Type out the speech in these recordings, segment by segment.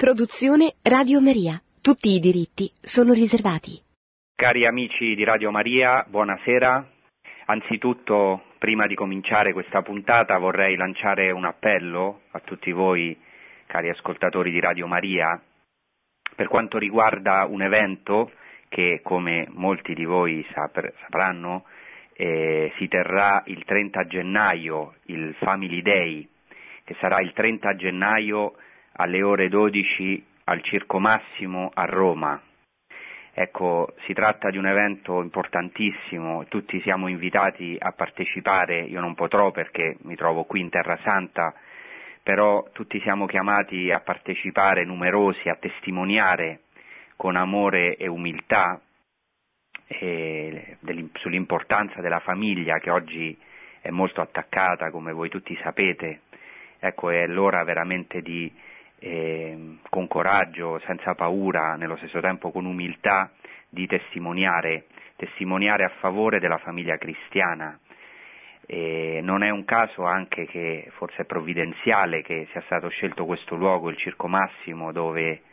Produzione Radio Maria. Tutti i diritti sono riservati. Cari amici di Radio Maria, buonasera. Anzitutto, prima di cominciare questa puntata, vorrei lanciare un appello a tutti voi, cari ascoltatori di Radio Maria, per quanto riguarda un evento che, come molti di voi sapranno, si terrà il 30 gennaio, il Family Day, che sarà il 30 gennaio alle ore 12 al Circo Massimo a Roma. Ecco, si tratta di un evento importantissimo, tutti siamo invitati a partecipare, io non potrò perché mi trovo qui in Terra Santa, però tutti siamo chiamati a partecipare, numerosi, a testimoniare con amore e umiltà sull'importanza della famiglia che oggi è molto attaccata, come voi tutti sapete. Ecco, è l'ora veramente di con coraggio, senza paura, nello stesso tempo con umiltà, di testimoniare a favore della famiglia cristiana. Non è un caso anche che forse è provvidenziale che sia stato scelto questo luogo, il Circo Massimo, dove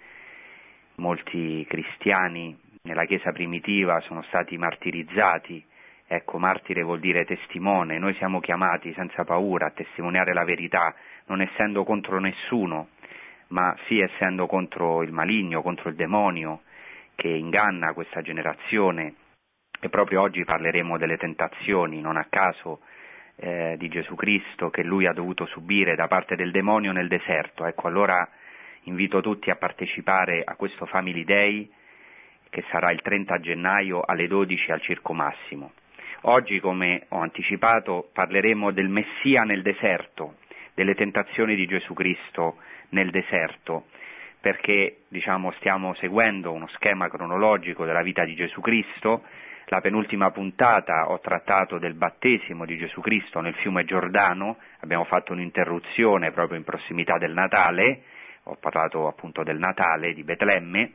molti cristiani nella Chiesa primitiva sono stati martirizzati. Ecco, martire vuol dire testimone. Noi siamo chiamati senza paura a testimoniare la verità, non essendo contro nessuno, ma sì essendo contro il maligno, contro il demonio che inganna questa generazione. E proprio oggi parleremo delle tentazioni, non a caso, di Gesù Cristo, che lui ha dovuto subire da parte del demonio nel deserto. Ecco, allora invito tutti a partecipare a questo Family Day, che sarà il 30 gennaio alle 12 al Circo Massimo. Oggi, come ho anticipato, parleremo del Messia nel deserto, delle tentazioni di Gesù Cristo nel deserto, perché stiamo seguendo uno schema cronologico della vita di Gesù Cristo. La penultima puntata ho trattato del battesimo di Gesù Cristo nel fiume Giordano, abbiamo fatto un'interruzione proprio in prossimità del Natale, ho parlato appunto del Natale di Betlemme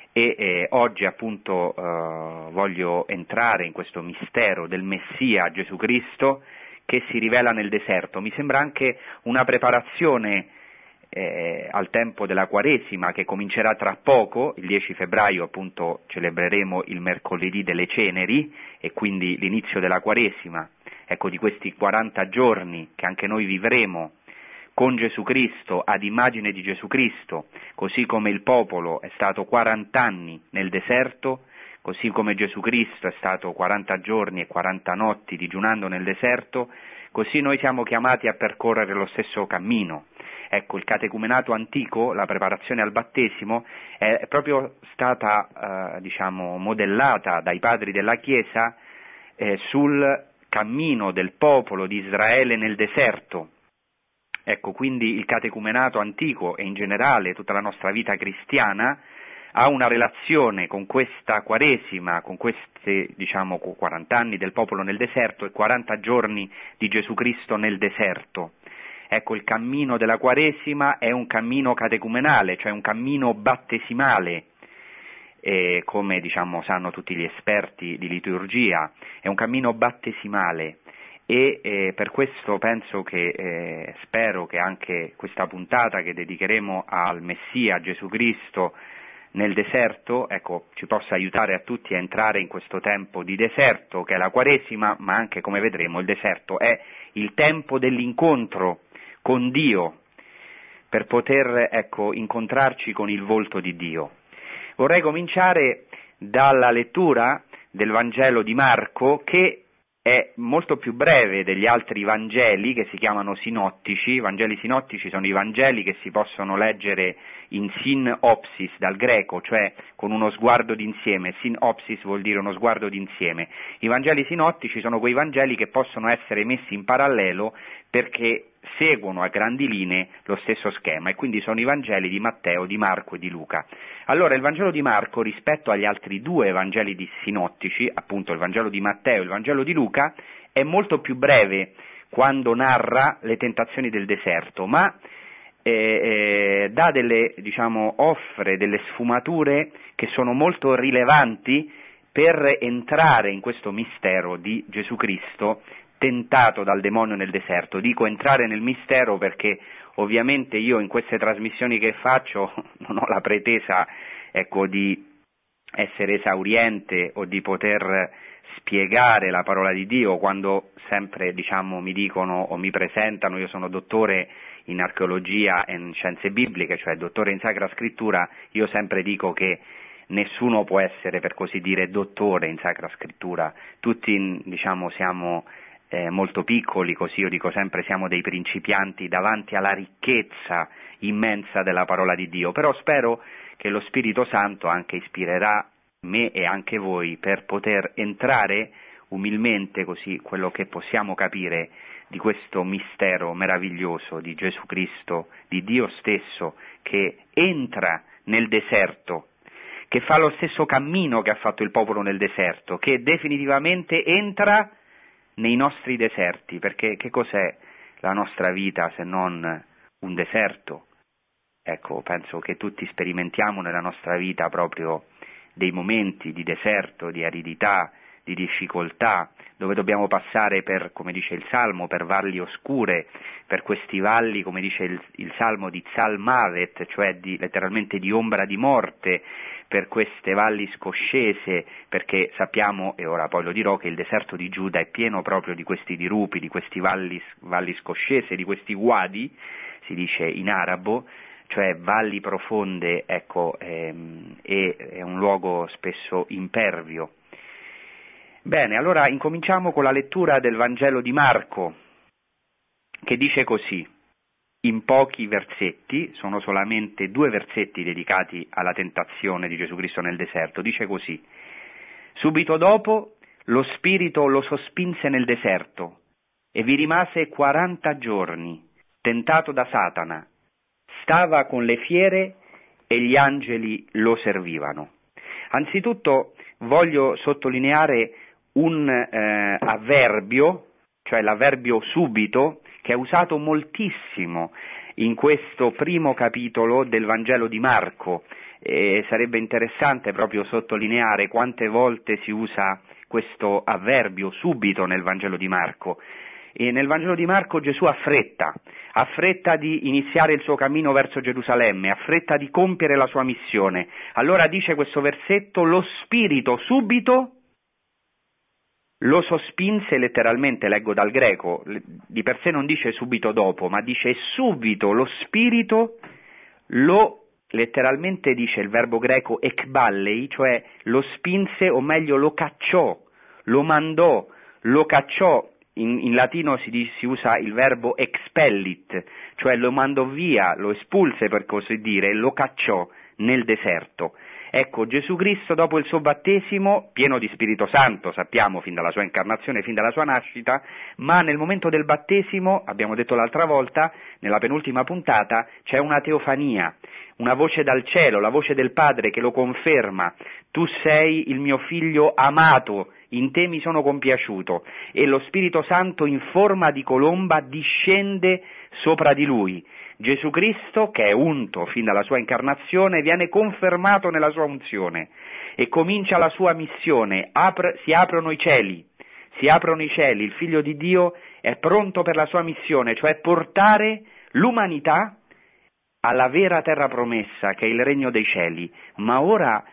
e oggi appunto voglio entrare in questo mistero del Messia Gesù Cristo che si rivela nel deserto. Mi sembra anche una preparazione al tempo della Quaresima, che comincerà tra poco. Il 10 febbraio appunto celebreremo il mercoledì delle ceneri e quindi l'inizio della Quaresima, ecco, di questi 40 giorni che anche noi vivremo con Gesù Cristo, ad immagine di Gesù Cristo, così come il popolo è stato 40 anni nel deserto, così come Gesù Cristo è stato 40 giorni e 40 notti digiunando nel deserto, così noi siamo chiamati a percorrere lo stesso cammino. Ecco, il catecumenato antico, la preparazione al battesimo, è proprio stata modellata dai padri della Chiesa sul cammino del popolo di Israele nel deserto. Ecco, quindi il catecumenato antico e in generale tutta la nostra vita cristiana ha una relazione con questa Quaresima, con questi 40 anni del popolo nel deserto e 40 giorni di Gesù Cristo nel deserto. Ecco, il cammino della Quaresima è un cammino catecumenale, cioè un cammino battesimale, come sanno tutti gli esperti di liturgia, è un cammino battesimale e per questo spero che anche questa puntata che dedicheremo al Messia Gesù Cristo nel deserto, ecco, ci possa aiutare a tutti a entrare in questo tempo di deserto che è la Quaresima, ma anche, come vedremo, il deserto è il tempo dell'incontro con Dio, per poter incontrarci con il volto di Dio. Vorrei cominciare dalla lettura del Vangelo di Marco, che è molto più breve degli altri Vangeli che si chiamano sinottici. I Vangeli sinottici sono i Vangeli che si possono leggere in sinopsis dal greco, cioè con uno sguardo d'insieme. Sinopsis vuol dire uno sguardo d'insieme. I Vangeli sinottici sono quei Vangeli che possono essere messi in parallelo perché seguono a grandi linee lo stesso schema e quindi sono i Vangeli di Matteo, di Marco e di Luca. Allora il Vangelo di Marco rispetto agli altri due Vangeli sinottici, appunto il Vangelo di Matteo e il Vangelo di Luca, è molto più breve quando narra le tentazioni del deserto, ma offre delle sfumature che sono molto rilevanti per entrare in questo mistero di Gesù Cristo tentato dal demonio nel deserto. Dico entrare nel mistero perché Ovviamente io in queste trasmissioni che faccio non ho la pretesa, ecco, di essere esauriente o di poter spiegare la parola di Dio, quando sempre, diciamo, mi dicono o mi presentano, io sono dottore in archeologia e in scienze bibliche, cioè dottore in Sacra Scrittura, io sempre dico che nessuno può essere, per così dire, dottore in Sacra Scrittura, tutti, diciamo, siamo molto piccoli, così io dico sempre siamo dei principianti davanti alla ricchezza immensa della parola di Dio, però spero che lo Spirito Santo anche ispirerà me e anche voi per poter entrare umilmente, così, quello che possiamo capire di questo mistero meraviglioso di Gesù Cristo, di Dio stesso, che entra nel deserto, che fa lo stesso cammino che ha fatto il popolo nel deserto, che definitivamente entra nei nostri deserti, perché che cos'è la nostra vita se non un deserto? Ecco, penso che tutti sperimentiamo nella nostra vita proprio dei momenti di deserto, di aridità, di difficoltà, dove dobbiamo passare per, come dice il Salmo, per valli oscure, per questi valli, come dice il Salmo, di Zalmavet, cioè letteralmente di ombra di morte, per queste valli scoscese, perché sappiamo, e ora poi lo dirò, che il deserto di Giuda è pieno proprio di questi dirupi, di questi valli scoscese, di questi wadi, si dice in arabo, cioè valli profonde, ecco, è un luogo spesso impervio. Bene, allora incominciamo con la lettura del Vangelo di Marco, che dice così, in pochi versetti, sono solamente 2 versetti dedicati alla tentazione di Gesù Cristo nel deserto, dice così: subito dopo lo Spirito lo sospinse nel deserto e vi rimase 40 giorni, tentato da Satana. Stava con le fiere e gli angeli lo servivano. Anzitutto voglio sottolineare un avverbio, cioè l'avverbio subito, che è usato moltissimo in questo primo capitolo del Vangelo di Marco. Sarebbe interessante proprio sottolineare quante volte si usa questo avverbio subito nel Vangelo di Marco. E nel Vangelo di Marco Gesù ha fretta di iniziare il suo cammino verso Gerusalemme, ha fretta di compiere la sua missione. Allora dice questo versetto, lo Spirito subito lo sospinse, letteralmente leggo dal greco, di per sé non dice subito dopo, ma dice subito lo Spirito lo, letteralmente dice il verbo greco ekballei, cioè lo spinse, o meglio lo cacciò, lo mandò, lo cacciò. In latino si usa il verbo expellit, cioè lo mandò via, lo espulse per così dire, e lo cacciò nel deserto. Ecco, Gesù Cristo dopo il suo battesimo, pieno di Spirito Santo, sappiamo, fin dalla sua incarnazione, fin dalla sua nascita, ma nel momento del battesimo, abbiamo detto l'altra volta, nella penultima puntata, c'è una teofania, una voce dal cielo, la voce del Padre che lo conferma: tu sei il mio figlio amato, in te mi sono compiaciuto, e lo Spirito Santo in forma di colomba discende sopra di lui. Gesù Cristo, che è unto fin dalla sua incarnazione, viene confermato nella sua unzione e comincia la sua missione. Si aprono i cieli, il Figlio di Dio è pronto per la sua missione, cioè portare l'umanità alla vera terra promessa, che è il regno dei cieli. Ma ora,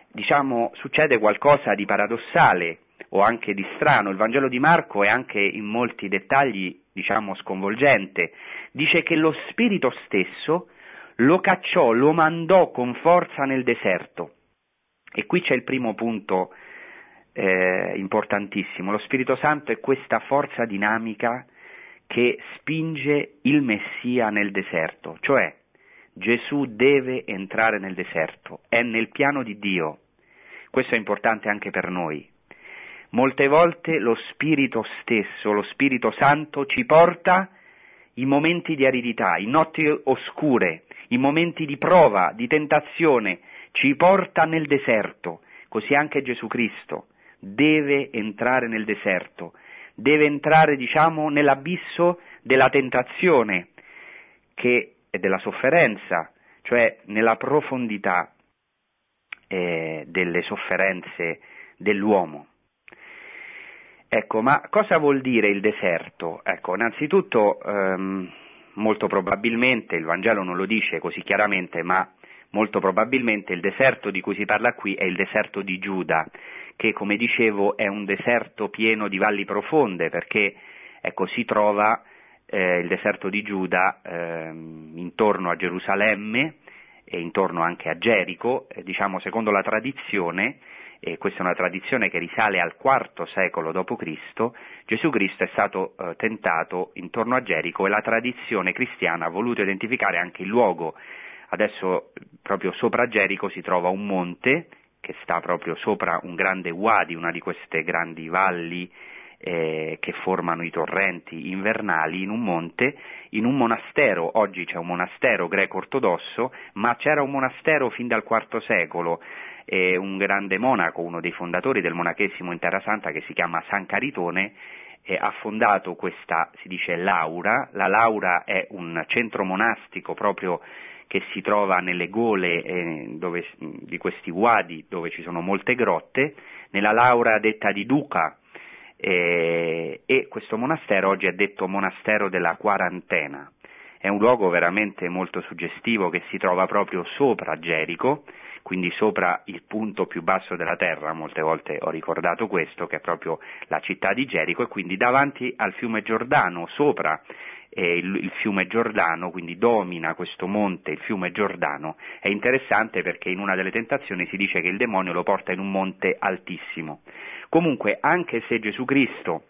succede qualcosa di paradossale o anche di strano. Il Vangelo di Marco è anche in molti dettagli, sconvolgente. Dice che lo Spirito stesso lo cacciò, lo mandò con forza nel deserto. E qui c'è il primo punto importantissimo. Lo Spirito Santo è questa forza dinamica che spinge il Messia nel deserto, cioè Gesù deve entrare nel deserto, è nel piano di Dio. Questo è importante anche per noi. Molte volte lo Spirito stesso, lo Spirito Santo ci porta in momenti di aridità, in notti oscure, in momenti di prova, di tentazione, ci porta nel deserto. Così anche Gesù Cristo deve entrare nel deserto, deve entrare, nell'abisso della tentazione e della sofferenza, cioè nella profondità delle sofferenze dell'uomo. Ecco, ma cosa vuol dire il deserto? Ecco, innanzitutto molto probabilmente, il Vangelo non lo dice così chiaramente, ma molto probabilmente il deserto di cui si parla qui è il deserto di Giuda, che come dicevo è un deserto pieno di valli profonde, perché ecco, si trova il deserto di Giuda intorno a Gerusalemme e intorno anche a Gerico, diciamo secondo la tradizione, e questa è una tradizione che risale al IV secolo d.C., Gesù Cristo è stato tentato intorno a Gerico, e la tradizione cristiana ha voluto identificare anche il luogo. Adesso proprio sopra Gerico si trova un monte che sta proprio sopra un grande Wadi, una di queste grandi valli che formano i torrenti invernali, in un monte, in un monastero. Oggi c'è un monastero greco-ortodosso, ma c'era un monastero fin dal IV secolo, un grande monaco, uno dei fondatori del monachesimo in Terra Santa, che si chiama San Caritone, ha fondato questa, si dice, Laura. La Laura è un centro monastico proprio che si trova nelle gole di questi Wadi, dove ci sono molte grotte, nella Laura detta di Duca, e questo monastero oggi è detto monastero della Quarantena. È un luogo veramente molto suggestivo che si trova proprio sopra Gerico, quindi sopra il punto più basso della terra. Molte volte ho ricordato questo, che è proprio la città di Gerico, e quindi davanti al fiume Giordano, sopra il fiume Giordano, quindi domina questo monte il fiume Giordano. È interessante perché in una delle tentazioni si dice che il demonio lo porta in un monte altissimo. Comunque, anche se Gesù Cristo,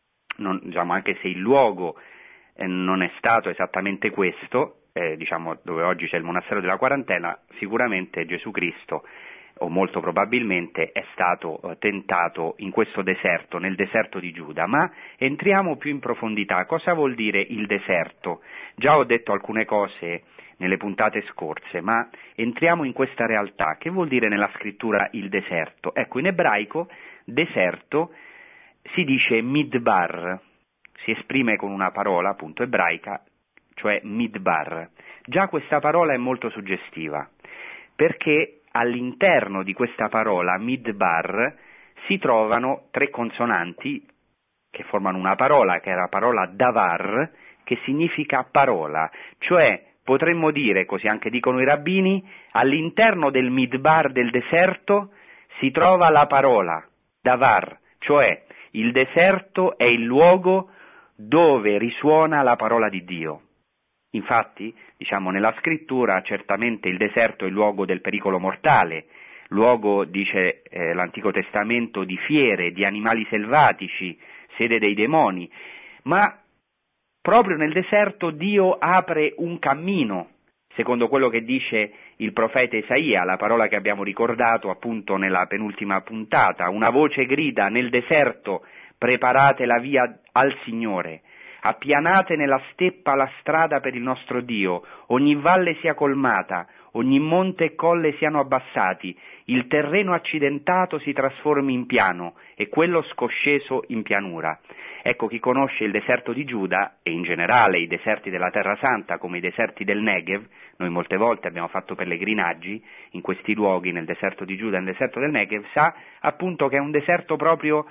anche se il luogo non è stato esattamente questo, dove oggi c'è il monastero della Quarantena, sicuramente Gesù Cristo, o molto probabilmente, è stato tentato in questo deserto, nel deserto di Giuda. Ma entriamo più in profondità. Cosa vuol dire il deserto? Già ho detto alcune cose nelle puntate scorse, ma entriamo in questa realtà. Che vuol dire nella scrittura il deserto? Ecco, in ebraico deserto si dice midbar, si esprime con una parola appunto ebraica, cioè midbar. Già questa parola è molto suggestiva, perché all'interno di questa parola midbar si trovano tre consonanti che formano una parola, che è la parola davar, che significa parola, cioè potremmo dire, così anche dicono i rabbini, all'interno del midbar, del deserto, si trova la parola davar, cioè il deserto è il luogo dove risuona la parola di Dio. Infatti, nella scrittura certamente il deserto è il luogo del pericolo mortale, luogo, dice l'Antico Testamento, di fiere, di animali selvatici, sede dei demoni, ma proprio nel deserto Dio apre un cammino, secondo quello che dice il profeta Isaia, la parola che abbiamo ricordato appunto nella penultima puntata. Una voce grida nel deserto: preparate la via al Signore, appianate nella steppa la strada per il nostro Dio, ogni valle sia colmata, ogni monte e colle siano abbassati, il terreno accidentato si trasformi in piano e quello scosceso in pianura. Ecco, chi conosce il deserto di Giuda e in generale i deserti della Terra Santa come i deserti del Negev, noi molte volte abbiamo fatto pellegrinaggi in questi luoghi, nel deserto di Giuda e nel deserto del Negev, sa appunto che è un deserto proprio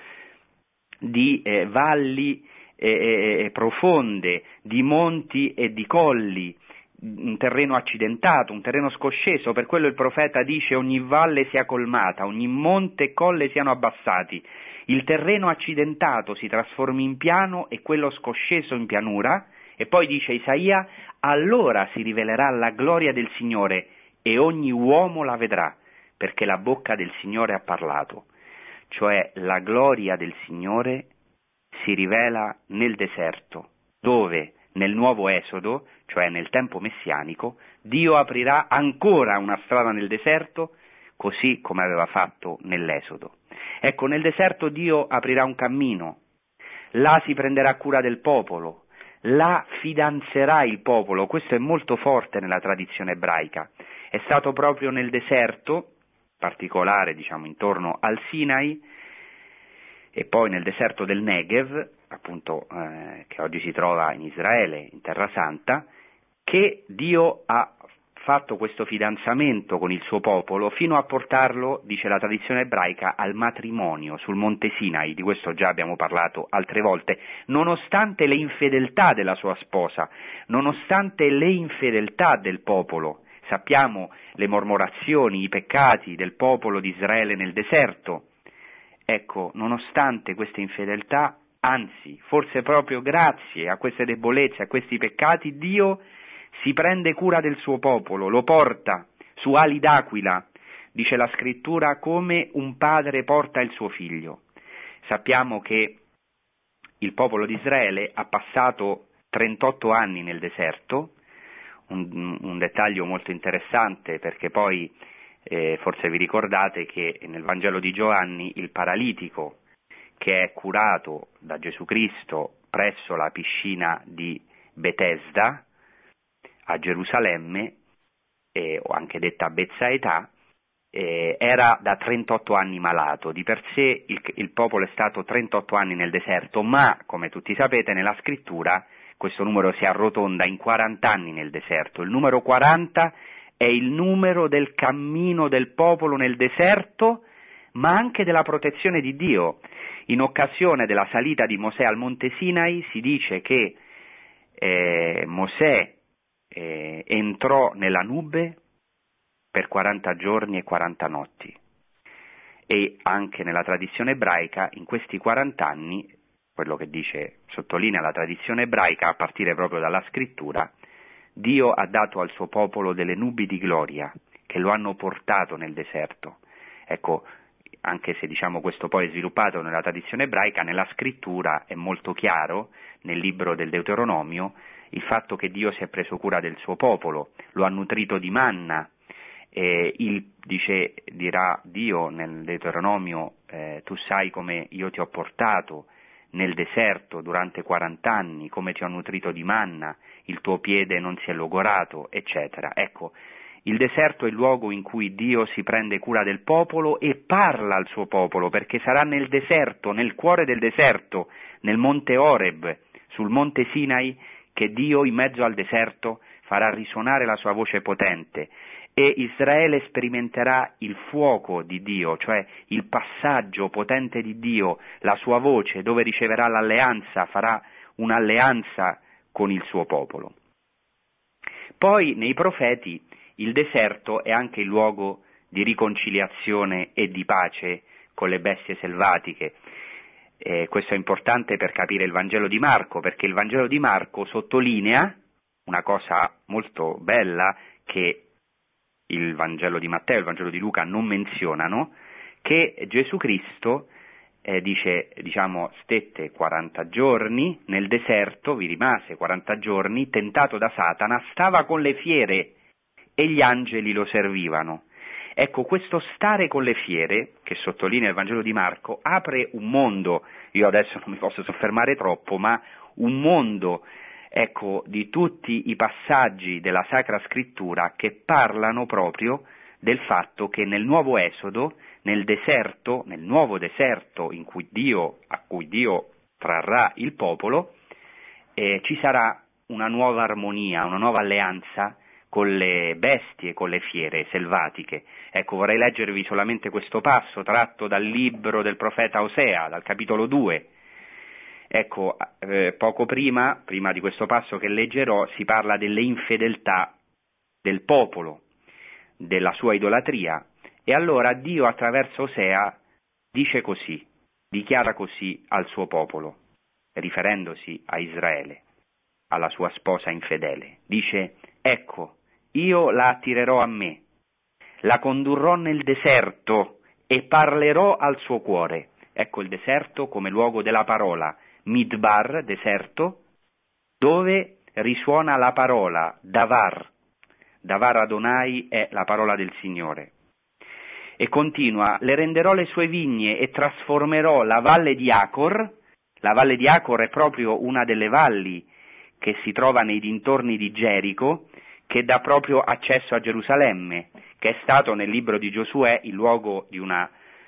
di valli profonde, di monti e di colli, un terreno accidentato, un terreno scosceso. Per quello il profeta dice: ogni valle sia colmata, ogni monte e colle siano abbassati, il terreno accidentato si trasformi in piano e quello scosceso in pianura. E poi dice Isaia: allora si rivelerà la gloria del Signore e ogni uomo la vedrà, perché la bocca del Signore ha parlato. Cioè la gloria del Signore si rivela nel deserto, dove nel nuovo Esodo, cioè nel tempo messianico, Dio aprirà ancora una strada nel deserto, così come aveva fatto nell'Esodo. Ecco, nel deserto Dio aprirà un cammino, là si prenderà cura del popolo, là fidanzerà il popolo. Questo è molto forte nella tradizione ebraica. È stato proprio nel deserto, in particolare intorno al Sinai, e poi nel deserto del Negev, appunto che oggi si trova in Israele, in Terra Santa, che Dio ha fatto questo fidanzamento con il suo popolo fino a portarlo, dice la tradizione ebraica, al matrimonio sul monte Sinai. Di questo già abbiamo parlato altre volte, nonostante le infedeltà della sua sposa, nonostante le infedeltà del popolo. Sappiamo le mormorazioni, i peccati del popolo di Israele nel deserto. Ecco, nonostante queste infedeltà, anzi, forse proprio grazie a queste debolezze, a questi peccati, Dio si prende cura del suo popolo, lo porta su ali d'aquila, dice la scrittura, come un padre porta il suo figlio. Sappiamo che il popolo di Israele ha passato 38 anni nel deserto, un dettaglio molto interessante, perché poi forse vi ricordate che nel Vangelo di Giovanni il paralitico che è curato da Gesù Cristo presso la piscina di Betesda a Gerusalemme, o anche detta Betsaida, era da 38 anni malato. Di per sé il popolo è stato 38 anni nel deserto, ma come tutti sapete nella scrittura questo numero si arrotonda in 40 anni nel deserto. Il numero 40 è il numero del cammino del popolo nel deserto, ma anche della protezione di Dio. In occasione della salita di Mosè al monte Sinai si dice che Mosè entrò nella nube per 40 giorni e 40 notti, e anche nella tradizione ebraica in questi 40 anni, quello che sottolinea la tradizione ebraica a partire proprio dalla scrittura, Dio ha dato al suo popolo delle nubi di gloria che lo hanno portato nel deserto. Ecco, anche se questo poi è sviluppato nella tradizione ebraica, nella scrittura è molto chiaro, nel libro del Deuteronomio, il fatto che Dio si è preso cura del suo popolo, lo ha nutrito di manna. Dirà Dio nel Deuteronomio, tu sai come io ti ho portato nel deserto durante 40 anni, come ti ho nutrito di manna, il tuo piede non si è logorato, eccetera. Ecco, il deserto è il luogo in cui Dio si prende cura del popolo e parla al suo popolo, perché sarà nel deserto, nel cuore del deserto, nel monte Oreb, sul monte Sinai, che Dio in mezzo al deserto farà risuonare la sua voce potente, e Israele sperimenterà il fuoco di Dio, cioè il passaggio potente di Dio, la sua voce, dove riceverà l'alleanza, farà un'alleanza con il suo popolo. Poi nei profeti il deserto è anche il luogo di riconciliazione e di pace con le bestie selvatiche. Questo è importante per capire il Vangelo di Marco, perché il Vangelo di Marco sottolinea una cosa molto bella che il Vangelo di Matteo e il Vangelo di Luca non menzionano, che Gesù Cristo stette 40 giorni nel deserto, vi rimase 40 giorni, tentato da Satana, stava con le fiere e gli angeli lo servivano. Ecco, questo stare con le fiere, che sottolinea il Vangelo di Marco, apre un mondo, io adesso non mi posso soffermare troppo, ma un mondo, di tutti i passaggi della Sacra Scrittura che parlano proprio del fatto che nel nuovo Esodo, nel deserto, nel nuovo deserto a cui Dio trarrà il popolo, ci sarà una nuova armonia, una nuova alleanza con le bestie, con le fiere selvatiche. Ecco, vorrei leggervi solamente questo passo tratto dal libro del profeta Osea, dal capitolo 2. Ecco, poco prima di questo passo che leggerò, si parla delle infedeltà del popolo, della sua idolatria, e allora Dio attraverso Osea dice così, dichiara così al suo popolo, riferendosi a Israele, alla sua sposa infedele. Dice: ecco, io la attirerò a me, la condurrò nel deserto e parlerò al suo cuore. Ecco il deserto come luogo della parola, Midbar, deserto, dove risuona la parola, Davar. Davar Adonai è la parola del Signore. E continua: le renderò le sue vigne e trasformerò la valle di Acor. La valle di Acor è proprio una delle valli che si trova nei dintorni di Gerico, che dà proprio accesso a Gerusalemme, che è stato nel libro di Giosuè il luogo di un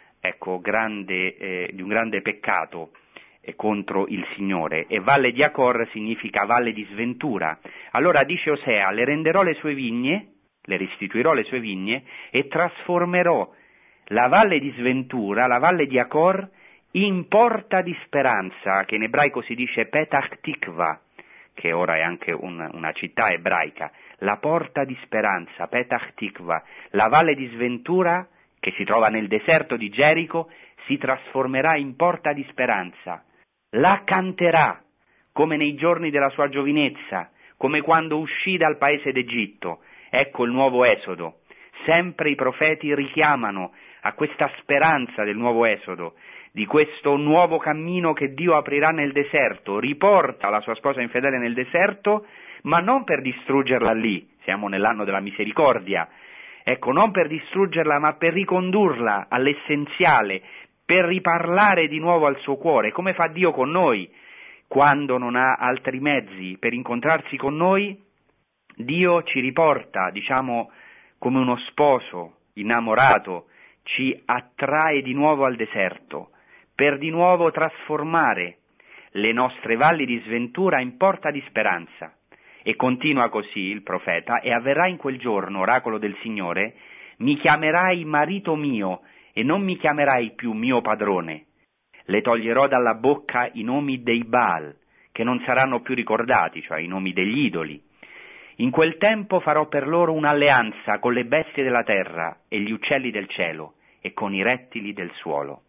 grande peccato contro il Signore, e valle di Acor significa valle di sventura. Allora dice Osea: le renderò le sue vigne, le restituirò le sue vigne e trasformerò la valle di sventura, la valle di Acor, in porta di speranza, che in ebraico si dice Petach Tikva, che ora è anche una città ebraica. La porta di speranza, Petach Tikva, la valle di sventura, che si trova nel deserto di Gerico, si trasformerà in porta di speranza. La canterà, come nei giorni della sua giovinezza, come quando uscì dal paese d'Egitto. Ecco il nuovo Esodo. Sempre i profeti richiamano a questa speranza del nuovo Esodo, di questo nuovo cammino che Dio aprirà nel deserto. Riporta la sua sposa infedele nel deserto, ma non per distruggerla lì, siamo nell'anno della misericordia, ecco, non per distruggerla, ma per ricondurla all'essenziale, per riparlare di nuovo al suo cuore, come fa Dio con noi. Quando non ha altri mezzi per incontrarsi con noi, Dio ci riporta, diciamo, come uno sposo innamorato, ci attrae di nuovo al deserto, per di nuovo trasformare le nostre valli di sventura in porta di speranza. E continua così il profeta: e avverrà in quel giorno, oracolo del Signore, mi chiamerai marito mio e non mi chiamerai più mio padrone. Le toglierò dalla bocca i nomi dei Baal, che non saranno più ricordati, cioè i nomi degli idoli. In quel tempo farò per loro un'alleanza con le bestie della terra e gli uccelli del cielo e con i rettili del suolo.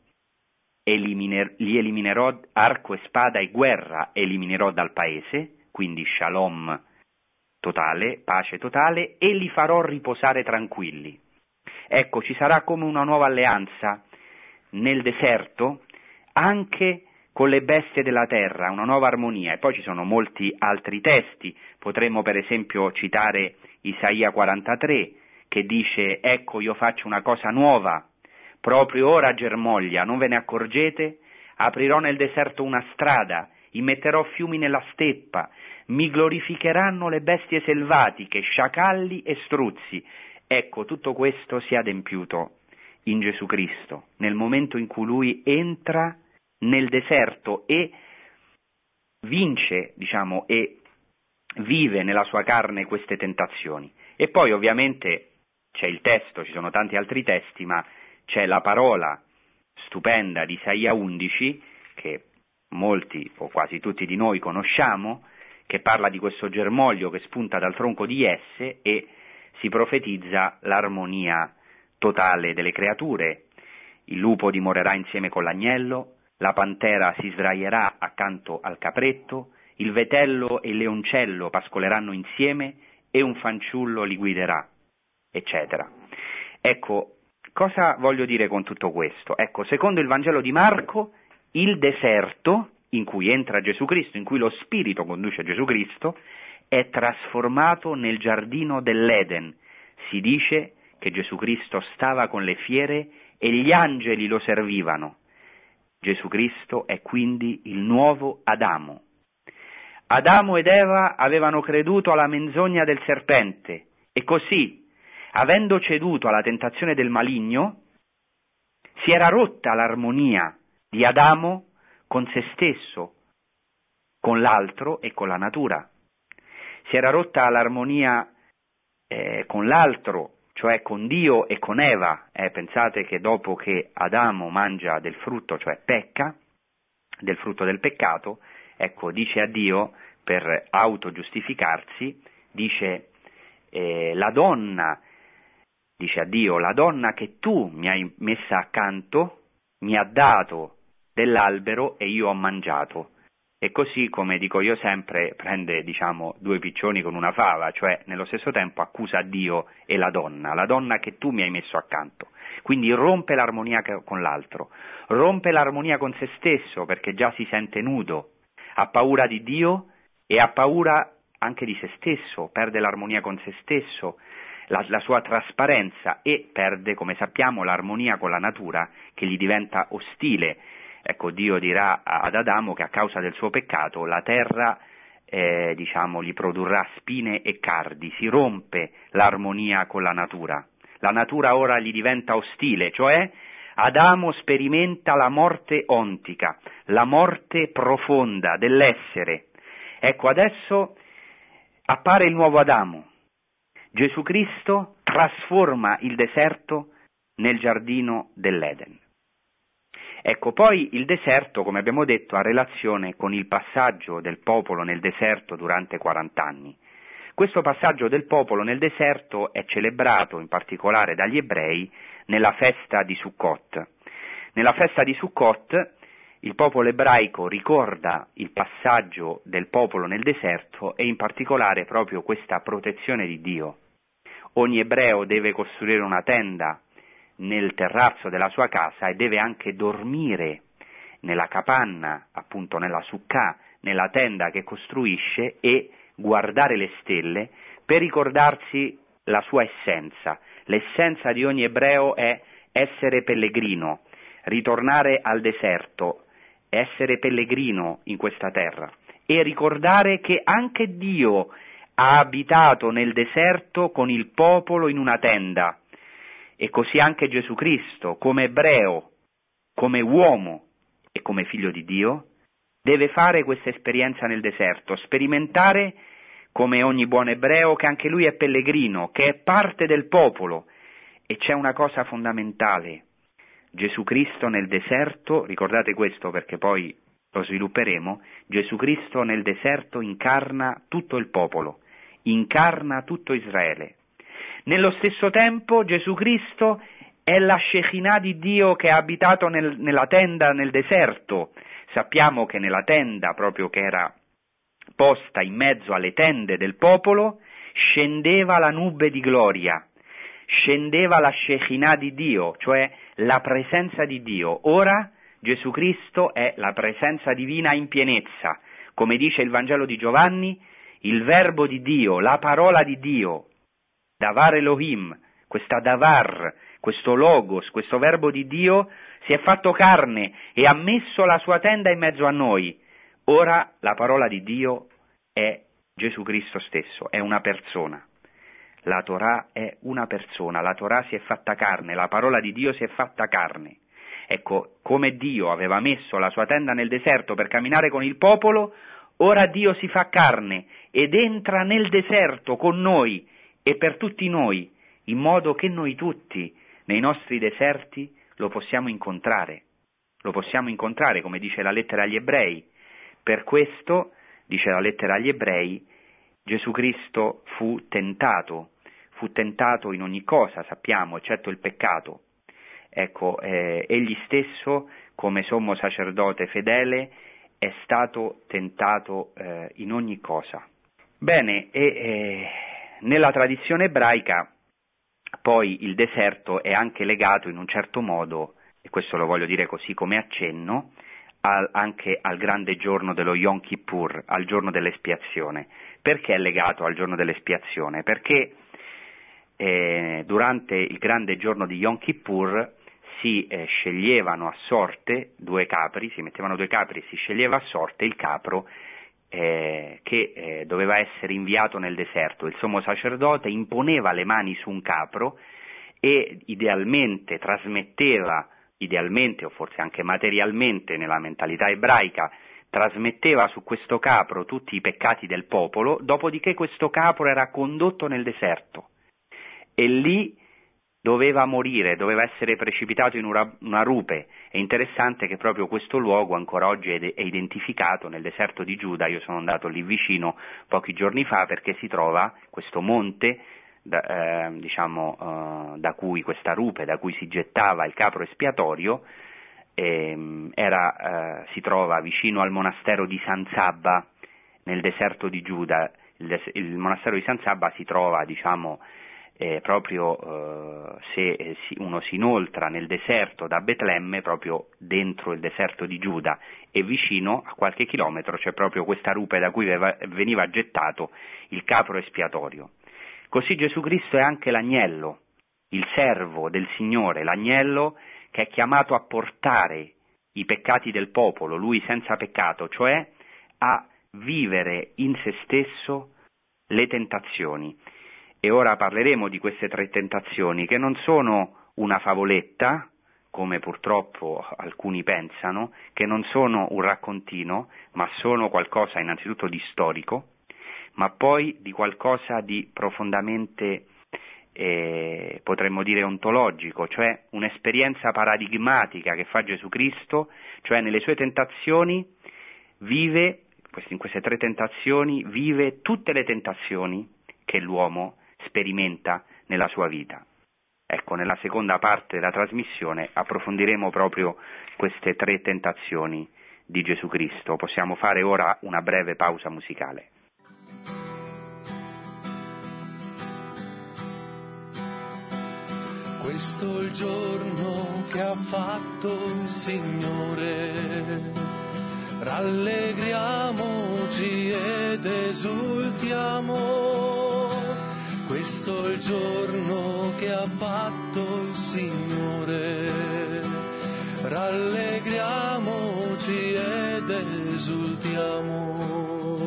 Li eliminerò arco e spada e guerra, eliminerò dal paese, quindi shalom totale, pace totale, e li farò riposare tranquilli. Ecco, ci sarà come una nuova alleanza nel deserto, anche con le bestie della terra, una nuova armonia. E poi ci sono molti altri testi, potremmo per esempio citare Isaia 43, che dice: ecco, io faccio una cosa nuova, proprio ora germoglia, non ve ne accorgete? Aprirò nel deserto una strada, immetterò fiumi nella steppa, mi glorificheranno le bestie selvatiche, sciacalli e struzzi. Ecco, tutto questo si è adempiuto in Gesù Cristo, nel momento in cui Lui entra nel deserto e vince, diciamo, e vive nella sua carne queste tentazioni. E poi ovviamente c'è il testo, ci sono tanti altri testi, ma c'è la parola stupenda di Isaia 11, che molti o quasi tutti di noi conosciamo, che parla di questo germoglio che spunta dal tronco di Jesse e si profetizza l'armonia totale delle creature. Il lupo dimorerà insieme con l'agnello, la pantera si sdraierà accanto al capretto, il vitello e il leoncello pascoleranno insieme e un fanciullo li guiderà, eccetera. Ecco, cosa voglio dire con tutto questo? Ecco, secondo il Vangelo di Marco, il deserto in cui entra Gesù Cristo, in cui lo Spirito conduce Gesù Cristo, è trasformato nel giardino dell'Eden. Si dice che Gesù Cristo stava con le fiere e gli angeli lo servivano. Gesù Cristo è quindi il nuovo Adamo. Adamo ed Eva avevano creduto alla menzogna del serpente e così, avendo ceduto alla tentazione del maligno, si era rotta l'armonia di Adamo con se stesso, con l'altro e con la natura. Si era rotta l'armonia con l'altro, cioè con Dio e con Eva. Pensate che dopo che Adamo mangia del frutto, cioè pecca, del frutto del peccato, ecco, dice a Dio, per autogiustificarsi, dice la donna, dice a Dio, la donna che tu mi hai messa accanto mi ha dato dell'albero e io ho mangiato. E così, come dico io sempre, prende, diciamo, due piccioni con una fava, cioè nello stesso tempo accusa Dio e la donna che tu mi hai messo accanto. Quindi rompe l'armonia con l'altro, rompe l'armonia con se stesso perché già si sente nudo, ha paura di Dio e ha paura anche di se stesso, perde l'armonia con se stesso, la sua trasparenza, e perde, come sappiamo, l'armonia con la natura che gli diventa ostile. Ecco, Dio dirà ad Adamo che a causa del suo peccato la terra gli produrrà spine e cardi, si rompe l'armonia con la natura. La natura ora gli diventa ostile, cioè Adamo sperimenta la morte ontica, la morte profonda dell'essere. Ecco, adesso appare il nuovo Adamo. Gesù Cristo trasforma il deserto nel giardino dell'Eden. Ecco, poi il deserto, come abbiamo detto, ha relazione con il passaggio del popolo nel deserto durante 40 anni. Questo passaggio del popolo nel deserto è celebrato in particolare dagli ebrei nella festa di Sukkot. Nella festa di Sukkot il popolo ebraico ricorda il passaggio del popolo nel deserto e in particolare proprio questa protezione di Dio. Ogni ebreo deve costruire una tenda nel terrazzo della sua casa e deve anche dormire nella capanna, appunto nella sukkah, nella tenda che costruisce e guardare le stelle per ricordarsi la sua essenza. L'essenza di ogni ebreo è essere pellegrino, ritornare al deserto, essere pellegrino in questa terra e ricordare che anche Dio ha abitato nel deserto con il popolo in una tenda. E così anche Gesù Cristo, come ebreo, come uomo e come figlio di Dio, deve fare questa esperienza nel deserto, sperimentare, come ogni buon ebreo, che anche lui è pellegrino, che è parte del popolo. E c'è una cosa fondamentale: Gesù Cristo nel deserto, ricordate questo perché poi lo svilupperemo, Gesù Cristo nel deserto incarna tutto il popolo, incarna tutto Israele. Nello stesso tempo Gesù Cristo è la Shekinah di Dio che ha abitato nella tenda nel deserto. Sappiamo che nella tenda, proprio che era posta in mezzo alle tende del popolo, scendeva la nube di gloria, scendeva la Shekinah di Dio, cioè la presenza di Dio. Ora Gesù Cristo è la presenza divina in pienezza. Come dice il Vangelo di Giovanni, il verbo di Dio, la parola di Dio, Davar Elohim, questa Davar, questo Logos, questo verbo di Dio si è fatto carne e ha messo la sua tenda in mezzo a noi. Ora la parola di Dio è Gesù Cristo stesso, è una persona. La Torah è una persona, la Torah si è fatta carne, la parola di Dio si è fatta carne. Ecco, come Dio aveva messo la sua tenda nel deserto per camminare con il popolo, ora Dio si fa carne ed entra nel deserto con noi e per tutti noi, in modo che noi tutti, nei nostri deserti, lo possiamo incontrare. Lo possiamo incontrare, come dice la lettera agli ebrei. Per questo, dice la lettera agli ebrei, Gesù Cristo fu tentato in ogni cosa, sappiamo, eccetto il peccato. Ecco, egli stesso, come sommo sacerdote fedele, è stato tentato in ogni cosa. Bene, nella tradizione ebraica poi il deserto è anche legato in un certo modo, e questo lo voglio dire così come accenno, anche al grande giorno dello Yom Kippur, al giorno dell'espiazione. Perché è legato al giorno dell'espiazione? Perché durante il grande giorno di Yom Kippur si sceglievano a sorte due capri, si mettevano due capri e si sceglieva a sorte il capro che doveva essere inviato nel deserto. Il sommo sacerdote imponeva le mani su un capro e idealmente trasmetteva, o forse anche materialmente nella mentalità ebraica, trasmetteva su questo capro tutti i peccati del popolo, dopodiché questo capro era condotto nel deserto e lì doveva morire, doveva essere precipitato in una rupe. È interessante che proprio questo luogo ancora oggi è identificato nel deserto di Giuda. Io sono andato lì vicino pochi giorni fa perché si trova questo monte da cui questa rupe, da cui si gettava il capro espiatorio, si trova vicino al monastero di San Sabba nel deserto di Giuda. Il monastero di San Sabba si trova, proprio se uno si inoltra nel deserto da Betlemme, proprio dentro il deserto di Giuda, e vicino a qualche chilometro c'è proprio questa rupe da cui veniva gettato il capro espiatorio. Così Gesù Cristo è anche l'agnello, il servo del Signore, l'agnello che è chiamato a portare i peccati del popolo, lui senza peccato, cioè a vivere in se stesso le tentazioni. E ora parleremo di queste 3 tentazioni, che non sono una favoletta, come purtroppo alcuni pensano, che non sono un raccontino, ma sono qualcosa innanzitutto di storico, ma poi di qualcosa di profondamente, potremmo dire, ontologico, cioè un'esperienza paradigmatica che fa Gesù Cristo, cioè nelle sue tentazioni in queste 3 tentazioni, vive tutte le tentazioni che l'uomo sperimenta nella sua vita. Ecco, nella seconda parte della trasmissione approfondiremo proprio queste 3 tentazioni di Gesù Cristo. Possiamo fare ora una breve pausa musicale. Questo è il giorno che ha fatto il Signore, rallegriamoci ed esultiamo. Questo è il giorno che ha fatto il Signore, rallegriamoci ed esultiamo.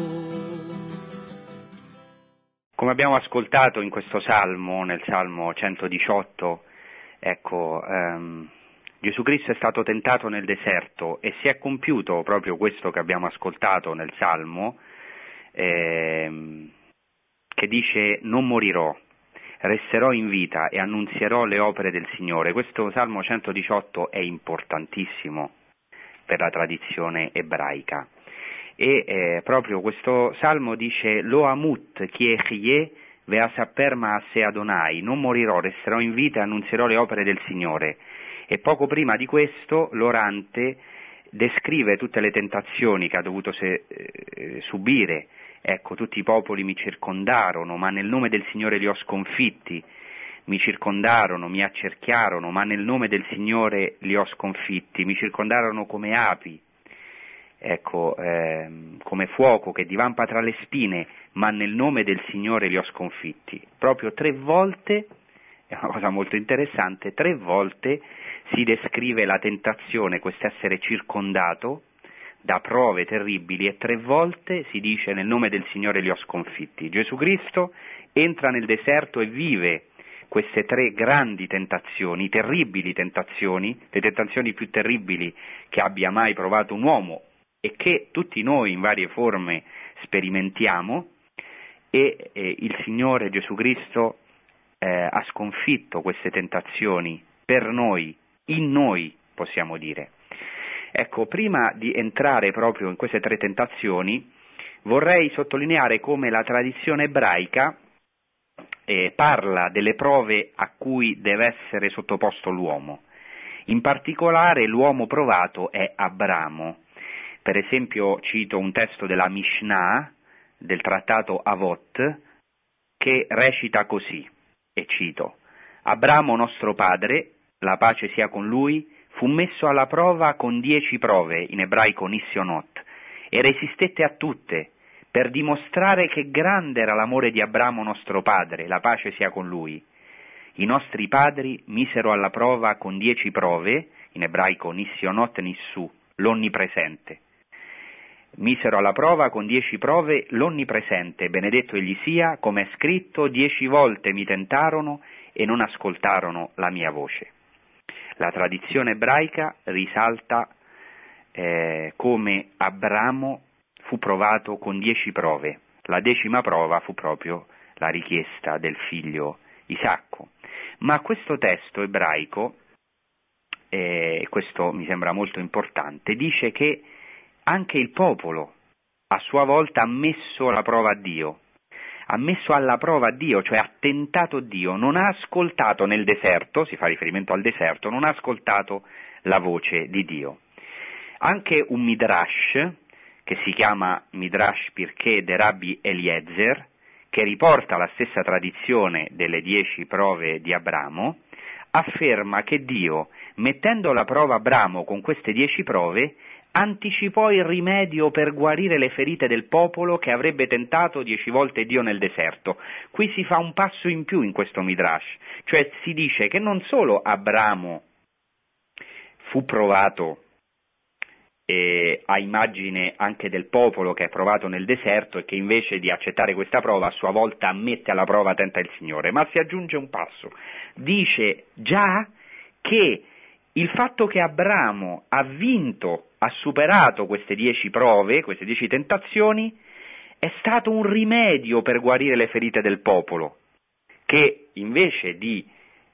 Come abbiamo ascoltato in questo salmo, nel Salmo 118, ecco, Gesù Cristo è stato tentato nel deserto e si è compiuto proprio questo che abbiamo ascoltato nel Salmo, che dice: non morirò, resterò in vita e annunzierò le opere del Signore. Questo Salmo 118 è importantissimo per la tradizione ebraica e proprio questo Salmo dice: Lo amut chi echie veasaper maase Adonai, non morirò, resterò in vita e annunzierò le opere del Signore. E poco prima di questo l'orante descrive tutte le tentazioni che ha dovuto subire. Ecco, tutti i popoli mi circondarono, ma nel nome del Signore li ho sconfitti. Mi circondarono, mi accerchiarono, ma nel nome del Signore li ho sconfitti. Mi circondarono come api, ecco, come fuoco che divampa tra le spine, ma nel nome del Signore li ho sconfitti. Proprio 3 volte, è una cosa molto interessante, 3 volte si descrive la tentazione, quest'essere circondato da prove terribili, e 3 volte si dice: nel nome del Signore li ho sconfitti. Gesù Cristo entra nel deserto e vive queste 3 grandi tentazioni, terribili tentazioni, le tentazioni più terribili che abbia mai provato un uomo e che tutti noi in varie forme sperimentiamo, e il Signore Gesù Cristo ha sconfitto queste tentazioni per noi, in noi, possiamo dire. Ecco, prima di entrare proprio in queste 3 tentazioni, vorrei sottolineare come la tradizione ebraica parla delle prove a cui deve essere sottoposto l'uomo. In particolare l'uomo provato è Abramo. Per esempio cito un testo della Mishnah, del trattato Avot, che recita così, e cito: Abramo nostro padre, la pace sia con lui, fu messo alla prova con 10 prove, in ebraico nissionot, e resistette a tutte, per dimostrare che grande era l'amore di Abramo nostro padre, la pace sia con lui. I nostri padri misero alla prova con 10 prove, in ebraico nissionot nissu, l'onnipresente. Misero alla prova con 10 prove l'onnipresente, benedetto egli sia, come è scritto: 10 volte mi tentarono e non ascoltarono la mia voce. La tradizione ebraica risalta come Abramo fu provato con 10 prove. La 10ª prova fu proprio la richiesta del figlio Isacco. Ma questo testo ebraico, questo mi sembra molto importante, dice che anche il popolo a sua volta ha messo alla prova a Dio. Ha messo alla prova Dio, cioè ha tentato Dio, non ha ascoltato nel deserto, si fa riferimento al deserto, non ha ascoltato la voce di Dio. Anche un Midrash, che si chiama Midrash Pirkei de Rabbi Eliezer, che riporta la stessa tradizione delle 10 prove di Abramo, afferma che Dio, mettendo alla prova Abramo con queste 10 prove, anticipò il rimedio per guarire le ferite del popolo che avrebbe tentato 10 volte Dio nel deserto. Qui si fa un passo in più in questo Midrash, cioè si dice che non solo Abramo fu provato a immagine anche del popolo che è provato nel deserto e che invece di accettare questa prova a sua volta mette alla prova tenta il Signore, ma si aggiunge un passo, dice già che il fatto che Abramo ha vinto, ha superato queste 10 prove, queste 10 tentazioni, è stato un rimedio per guarire le ferite del popolo, che invece di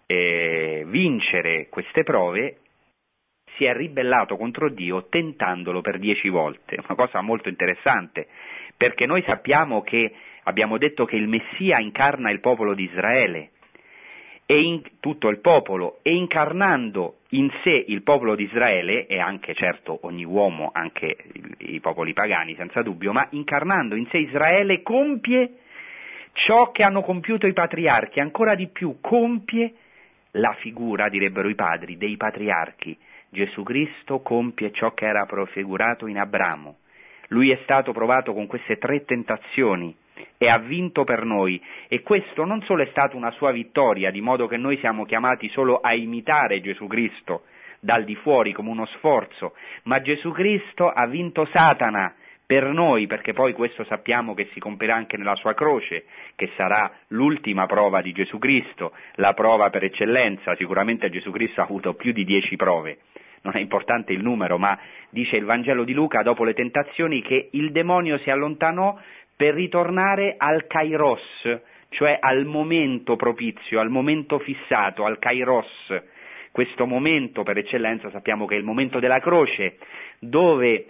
vincere queste prove si è ribellato contro Dio tentandolo per 10 volte. Una cosa molto interessante, perché noi sappiamo che abbiamo detto che il Messia incarna il popolo di Israele, e in tutto il popolo, e incarnando in sé il popolo di Israele, e anche certo ogni uomo, anche i popoli pagani senza dubbio, ma incarnando in sé Israele compie ciò che hanno compiuto i patriarchi, ancora di più compie la figura, direbbero i padri, dei patriarchi. Gesù Cristo compie ciò che era prefigurato in Abramo. Lui è stato provato con queste 3 tentazioni e ha vinto per noi, e questo non solo è stata una sua vittoria, di modo che noi siamo chiamati solo a imitare Gesù Cristo dal di fuori come uno sforzo, ma Gesù Cristo ha vinto Satana per noi, perché poi questo sappiamo che si compierà anche nella sua croce, che sarà l'ultima prova di Gesù Cristo, la prova per eccellenza. Sicuramente Gesù Cristo ha avuto più di 10 prove, non è importante il numero, ma dice il Vangelo di Luca, dopo le tentazioni, che il demonio si allontanò per ritornare al kairos, cioè al momento propizio, al momento fissato, al kairos. Questo momento per eccellenza sappiamo che è il momento della croce, dove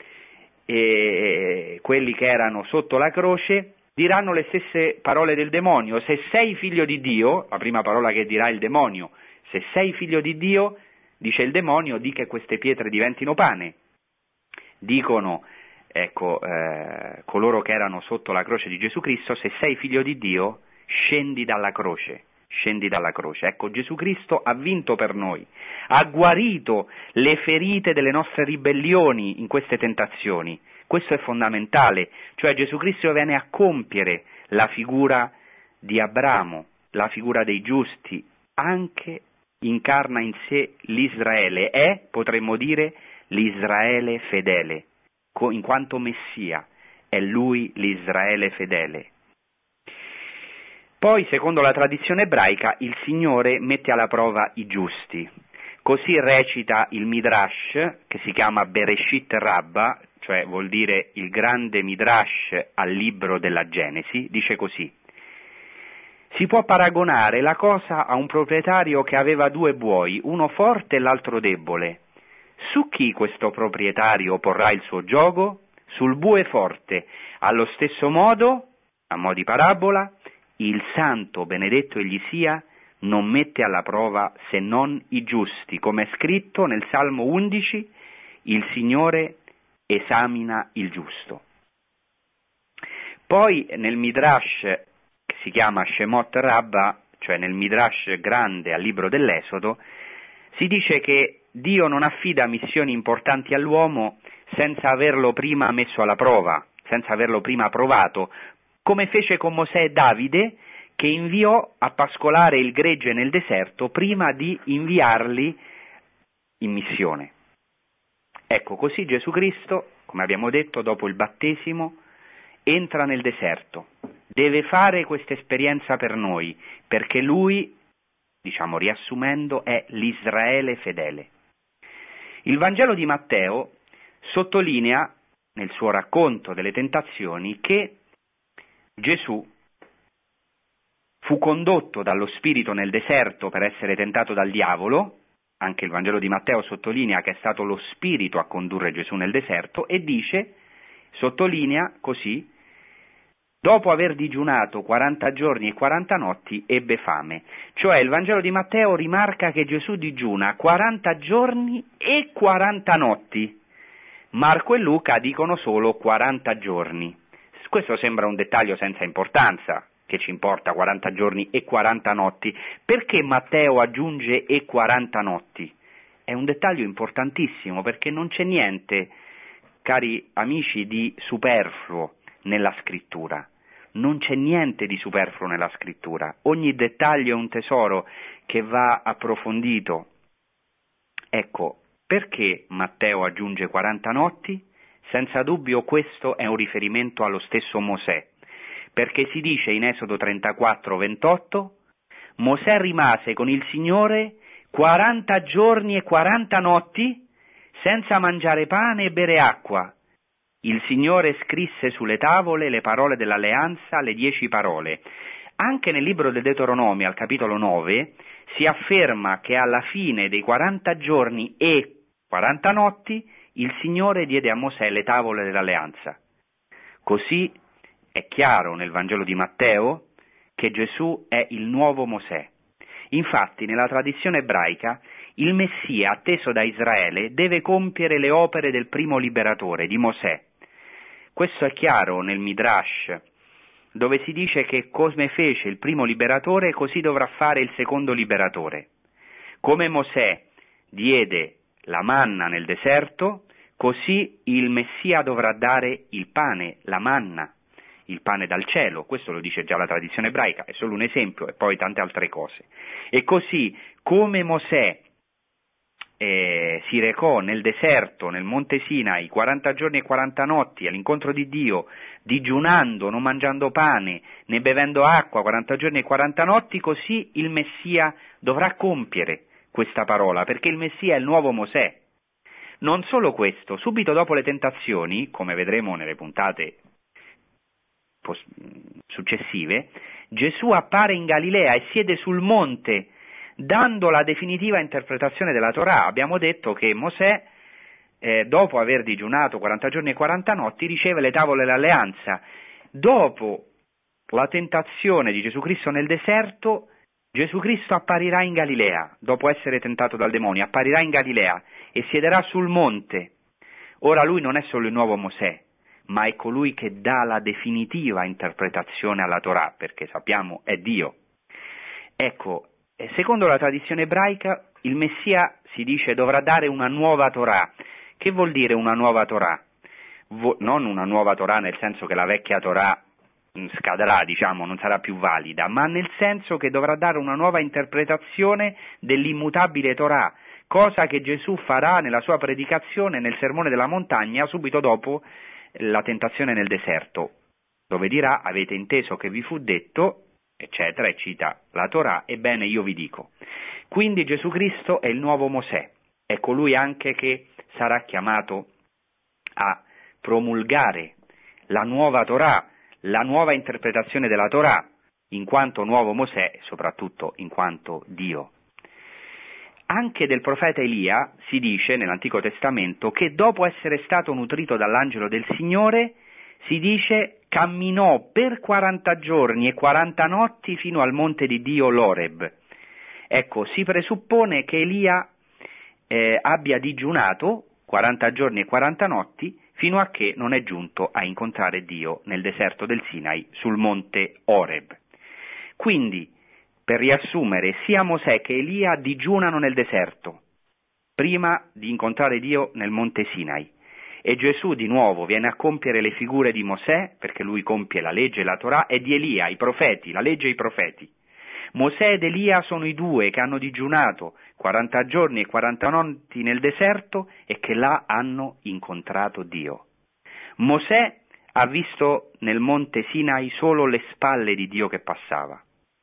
quelli che erano sotto la croce diranno le stesse parole del demonio: se sei figlio di Dio, la prima parola che dirà il demonio, se sei figlio di Dio, dice il demonio, di che queste pietre diventino pane. Dicono, coloro che erano sotto la croce di Gesù Cristo: se sei figlio di Dio, scendi dalla croce. Scendi dalla croce. Ecco, Gesù Cristo ha vinto per noi, ha guarito le ferite delle nostre ribellioni in queste tentazioni. Questo è fondamentale, cioè Gesù Cristo viene a compiere la figura di Abramo, la figura dei giusti, anche incarna in sé l'Israele, è, potremmo dire, l'Israele fedele, in quanto Messia, è lui l'Israele fedele. Poi, secondo la tradizione ebraica, il Signore mette alla prova i giusti. Così recita il Midrash, che si chiama Bereshit Rabba, cioè vuol dire il grande Midrash al libro della Genesi, dice così: si può paragonare la cosa a un proprietario che aveva 2 buoi, uno forte e l'altro debole. Su chi questo proprietario porrà il suo giogo? Sul bue forte. Allo stesso modo, a mo' di parabola, il santo, benedetto egli sia, non mette alla prova se non i giusti, come è scritto nel Salmo 11, il Signore esamina il giusto. Poi nel Midrash, che si chiama Shemot Rabba, cioè nel Midrash grande al libro dell'Esodo, si dice che Dio non affida missioni importanti all'uomo senza averlo prima messo alla prova, senza averlo prima provato, come fece con Mosè e Davide, che inviò a pascolare il gregge nel deserto prima di inviarli in missione. Ecco, così Gesù Cristo, come abbiamo detto, dopo il battesimo, entra nel deserto, deve fare questa esperienza per noi, perché lui, diciamo riassumendo, è l'Israele fedele. Il Vangelo di Matteo sottolinea, nel suo racconto delle tentazioni, che Gesù fu condotto dallo Spirito nel deserto per essere tentato dal diavolo. Anche il Vangelo di Matteo sottolinea che è stato lo Spirito a condurre Gesù nel deserto, e dice, sottolinea così: dopo aver digiunato 40 giorni e 40 notti ebbe fame. Cioè il Vangelo di Matteo rimarca che Gesù digiuna 40 giorni e 40 notti. Marco e Luca dicono solo 40 giorni. Questo sembra un dettaglio senza importanza, che ci importa 40 giorni e 40 notti. Perché Matteo aggiunge e 40 notti? È un dettaglio importantissimo, perché non c'è niente, cari amici, di superfluo nella scrittura. Non c'è niente di superfluo nella scrittura. Ogni dettaglio è un tesoro che va approfondito. Ecco, perché Matteo aggiunge 40 notti? Senza dubbio questo è un riferimento allo stesso Mosè, perché si dice in Esodo 34:28, Mosè rimase con il Signore 40 giorni e 40 notti senza mangiare pane e bere acqua, il Signore scrisse sulle tavole le parole dell'alleanza, le 10 parole. Anche nel libro del Deuteronomio, al capitolo 9, si afferma che alla fine dei 40 giorni e 40 notti il Signore diede a Mosè le tavole dell'alleanza. Così è chiaro nel Vangelo di Matteo che Gesù è il nuovo Mosè. Infatti, nella tradizione ebraica, il Messia, atteso da Israele, deve compiere le opere del primo liberatore, di Mosè. Questo è chiaro nel Midrash, dove si dice che come fece il primo liberatore, così dovrà fare il secondo liberatore. Come Mosè diede la manna nel deserto, così il Messia dovrà dare il pane, la manna, il pane dal cielo. Questo lo dice già la tradizione ebraica, è solo un esempio, e poi tante altre cose. E così, come Mosè si recò nel deserto, nel monte Sinai, 40 giorni e 40 notti all'incontro di Dio, digiunando, non mangiando pane, né bevendo acqua, 40 giorni e 40 notti, così il Messia dovrà compiere questa parola, perché il Messia è il nuovo Mosè. Non solo questo, subito dopo le tentazioni, come vedremo nelle puntate successive, Gesù appare in Galilea e siede sul monte, dando la definitiva interpretazione della Torah. Abbiamo detto che Mosè, dopo aver digiunato 40 giorni e 40 notti, riceve le tavole dell'alleanza. Dopo la tentazione di Gesù Cristo nel deserto, Gesù Cristo apparirà in Galilea, dopo essere tentato dal demonio, apparirà in Galilea e siederà sul monte. Ora lui non è solo il nuovo Mosè, ma è colui che dà la definitiva interpretazione alla Torah, perché sappiamo è Dio. Ecco, secondo la tradizione ebraica, il Messia, si dice, dovrà dare una nuova Torah. Che vuol dire una nuova Torah? Non una nuova Torah nel senso che la vecchia Torah scadrà, diciamo, non sarà più valida, ma nel senso che dovrà dare una nuova interpretazione dell'immutabile Torah, cosa che Gesù farà nella sua predicazione nel Sermone della Montagna subito dopo la tentazione nel deserto, dove dirà: avete inteso che vi fu detto, eccetera, e cita la Torah, ebbene io vi dico. Quindi Gesù Cristo è il nuovo Mosè, è colui anche che sarà chiamato a promulgare la nuova Torah, la nuova interpretazione della Torah, in quanto nuovo Mosè e soprattutto in quanto Dio. Anche del profeta Elia si dice nell'Antico Testamento che dopo essere stato nutrito dall'angelo del Signore, si dice, camminò per 40 giorni e 40 notti fino al monte di Dio l'Oreb. Ecco, si presuppone che Elia abbia digiunato 40 giorni e 40 notti fino a che non è giunto a incontrare Dio nel deserto del Sinai sul monte Oreb. Quindi, per riassumere, sia Mosè che Elia digiunano nel deserto, prima di incontrare Dio nel monte Sinai. E Gesù di nuovo viene a compiere le figure di Mosè, perché lui compie la legge e la Torah, e di Elia, i profeti, la legge e i profeti. Mosè ed Elia sono i due che hanno digiunato 40 giorni e 40 notti nel deserto e che là hanno incontrato Dio. Mosè ha visto nel monte Sinai solo le spalle di Dio che passava.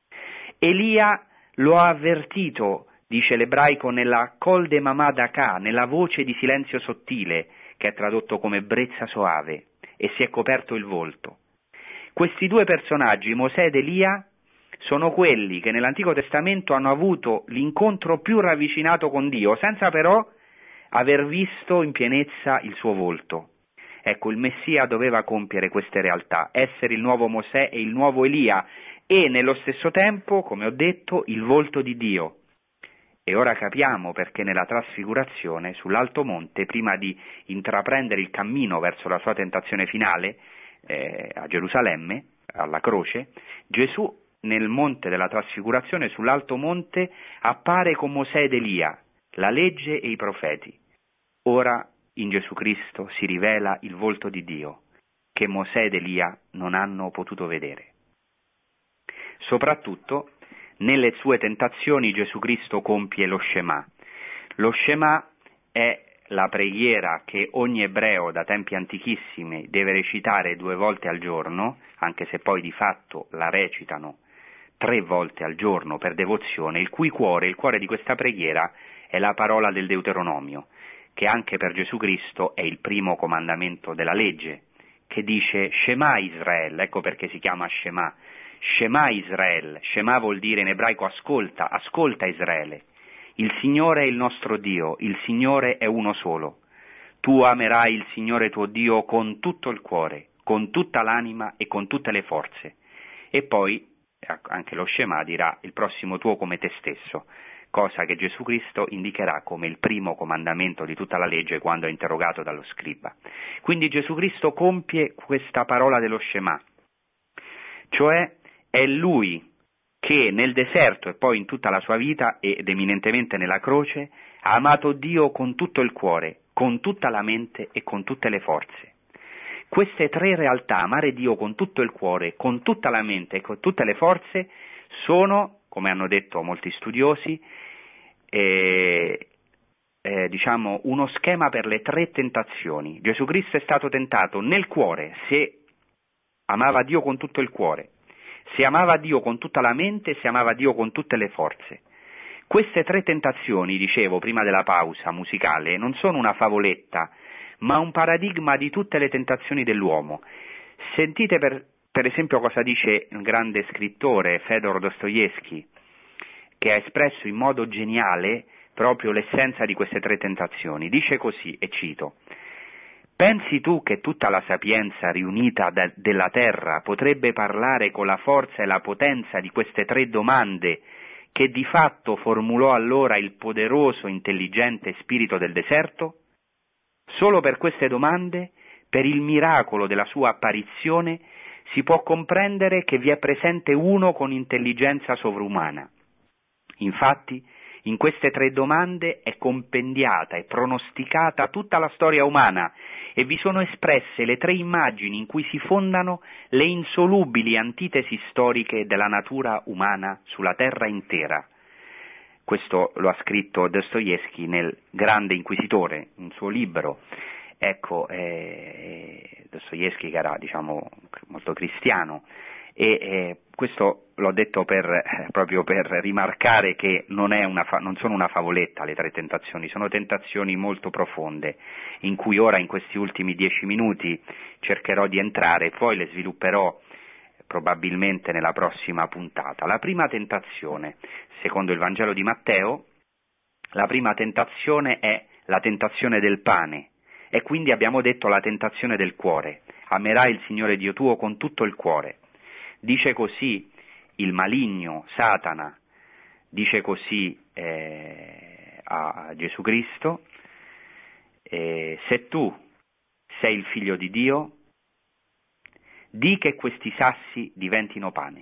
Elia lo ha avvertito, dice l'ebraico, nella Kol de Mamadaka, nella voce di silenzio sottile, che è tradotto come brezza soave, e si è coperto il volto. Questi due personaggi, Mosè ed Elia, sono quelli che nell'Antico Testamento hanno avuto l'incontro più ravvicinato con Dio, senza però aver visto in pienezza il suo volto. Ecco, il Messia doveva compiere queste realtà, essere il nuovo Mosè e il nuovo Elia, e nello stesso tempo, come ho detto, il volto di Dio. E ora capiamo perché nella trasfigurazione, sull'alto monte, prima di intraprendere il cammino verso la sua tentazione finale, a Gerusalemme, alla croce, Gesù nel monte della trasfigurazione, sull'alto monte, appare con Mosè ed Elia, la legge e i profeti. Ora in Gesù Cristo si rivela il volto di Dio, che Mosè ed Elia non hanno potuto vedere. Soprattutto, nelle sue tentazioni Gesù Cristo compie lo Shema. Lo Shema è la preghiera che ogni ebreo da tempi antichissimi deve recitare 2 volte al giorno, anche se poi di fatto la recitano 3 volte al giorno per devozione, il cui cuore, il cuore di questa preghiera, è la parola del Deuteronomio, che anche per Gesù Cristo è il primo comandamento della legge, che dice Shema Israel, ecco perché si chiama Shema. Shema Israel, Shema vuol dire in ebraico ascolta, ascolta Israele. Il Signore è il nostro Dio, il Signore è uno solo. Tu amerai il Signore tuo Dio con tutto il cuore, con tutta l'anima e con tutte le forze. E poi anche lo Shema dirà il prossimo tuo come te stesso, cosa che Gesù Cristo indicherà come il primo comandamento di tutta la legge quando è interrogato dallo scriba. Quindi Gesù Cristo compie questa parola dello Shema, cioè è Lui che nel deserto e poi in tutta la sua vita ed eminentemente nella croce ha amato Dio con tutto il cuore, con tutta la mente e con tutte le forze. Queste tre realtà, amare Dio con tutto il cuore, con tutta la mente e con tutte le forze, sono, come hanno detto molti studiosi, diciamo uno schema per le tre tentazioni. Gesù Cristo è stato tentato nel cuore, se amava Dio con tutto il cuore, se amava Dio con tutta la mente, se amava Dio con tutte le forze. Queste tre tentazioni, dicevo prima della pausa musicale, non sono una favoletta, ma un paradigma di tutte le tentazioni dell'uomo. Sentite per esempio cosa dice il grande scrittore Fëdor Dostoevskij, che ha espresso in modo geniale proprio l'essenza di queste tre tentazioni. Dice così, e cito: «Pensi tu che tutta la sapienza riunita della terra potrebbe parlare con la forza e la potenza di queste tre domande che di fatto formulò allora il poderoso, intelligente spirito del deserto? Solo per queste domande, per il miracolo della sua apparizione, si può comprendere che vi è presente uno con intelligenza sovrumana. Infatti, in queste tre domande è compendiata e pronosticata tutta la storia umana e vi sono espresse le tre immagini in cui si fondano le insolubili antitesi storiche della natura umana sulla terra intera». Questo lo ha scritto Dostoevskij nel Grande Inquisitore, un suo libro. Ecco, Dostoevskij era, diciamo, molto cristiano, e questo l'ho detto proprio per rimarcare che non sono una favoletta le tre tentazioni, sono tentazioni molto profonde, in cui ora in questi ultimi 10 minuti cercherò di entrare e poi le svilupperò probabilmente nella prossima puntata. La prima tentazione, secondo il Vangelo di Matteo, la prima tentazione è la tentazione del pane, e quindi abbiamo detto la tentazione del cuore. Amerai il Signore Dio tuo con tutto il cuore. Dice così il maligno, Satana, dice così a Gesù Cristo: se tu sei il figlio di Dio, di che questi sassi diventino pane.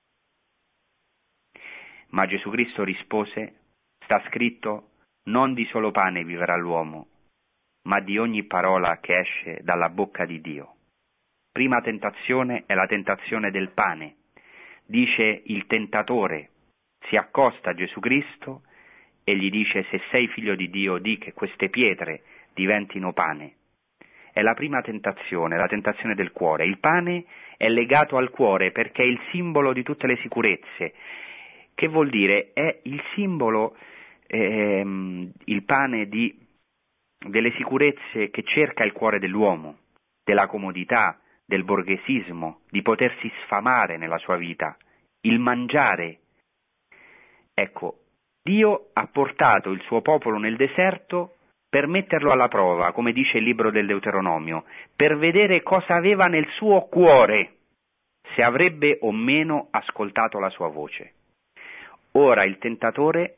Ma Gesù Cristo rispose: sta scritto, non di solo pane vivrà l'uomo, ma di ogni parola che esce dalla bocca di Dio. Prima tentazione è la tentazione del pane. Dice il tentatore, si accosta a Gesù Cristo e gli dice: se sei figlio di Dio, di che queste pietre diventino pane. È la prima tentazione, la tentazione del cuore. Il pane è legato al cuore perché è il simbolo di tutte le sicurezze. Che vuol dire? È il simbolo, il pane, delle sicurezze che cerca il cuore dell'uomo, della comodità, del borghesismo, di potersi sfamare nella sua vita, il mangiare. Ecco, Dio ha portato il suo popolo nel deserto per metterlo alla prova, come dice il libro del Deuteronomio, per vedere cosa aveva nel suo cuore, se avrebbe o meno ascoltato la sua voce. Ora il tentatore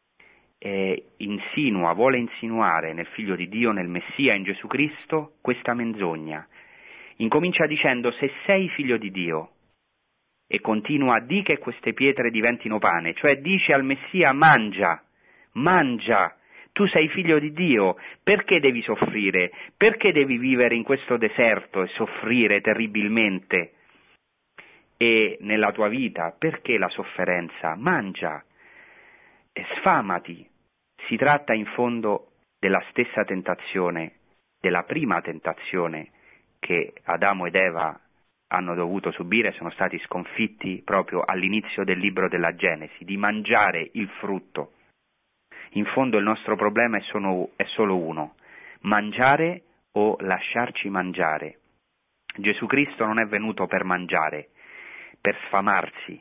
vuole insinuare nel Figlio di Dio, nel Messia, in Gesù Cristo, questa menzogna. Incomincia dicendo: se sei figlio di Dio, e continua: di che queste pietre diventino pane, cioè dice al Messia: mangia, tu sei figlio di Dio, perché devi soffrire? Perché devi vivere in questo deserto e soffrire terribilmente? E nella tua vita, perché la sofferenza? Mangia, sfamati. Si tratta in fondo della stessa tentazione, della prima tentazione che Adamo ed Eva hanno dovuto subire, sono stati sconfitti proprio all'inizio del libro della Genesi, di mangiare il frutto. In fondo il nostro problema è solo uno: mangiare o lasciarci mangiare. Gesù Cristo non è venuto per mangiare, per sfamarsi,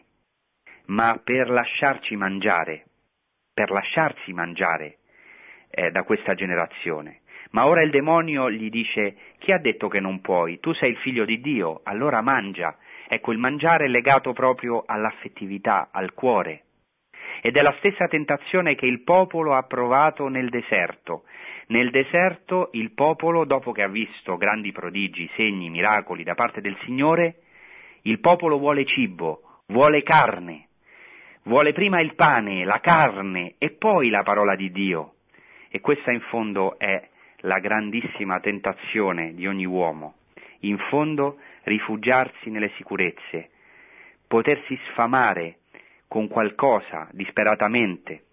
ma per lasciarci mangiare, per lasciarsi mangiare da questa generazione. Ma ora il demonio gli dice: chi ha detto che non puoi? Tu sei il figlio di Dio, allora mangia. Ecco, il mangiare è legato proprio all'affettività, al cuore. Ed è la stessa tentazione che il popolo ha provato nel deserto. Nel deserto il popolo, dopo che ha visto grandi prodigi, segni, miracoli da parte del Signore, il popolo vuole cibo, vuole carne, vuole prima il pane, la carne e poi la parola di Dio. E questa in fondo è la grandissima tentazione di ogni uomo. In fondo rifugiarsi nelle sicurezze, potersi sfamare con qualcosa disperatamente.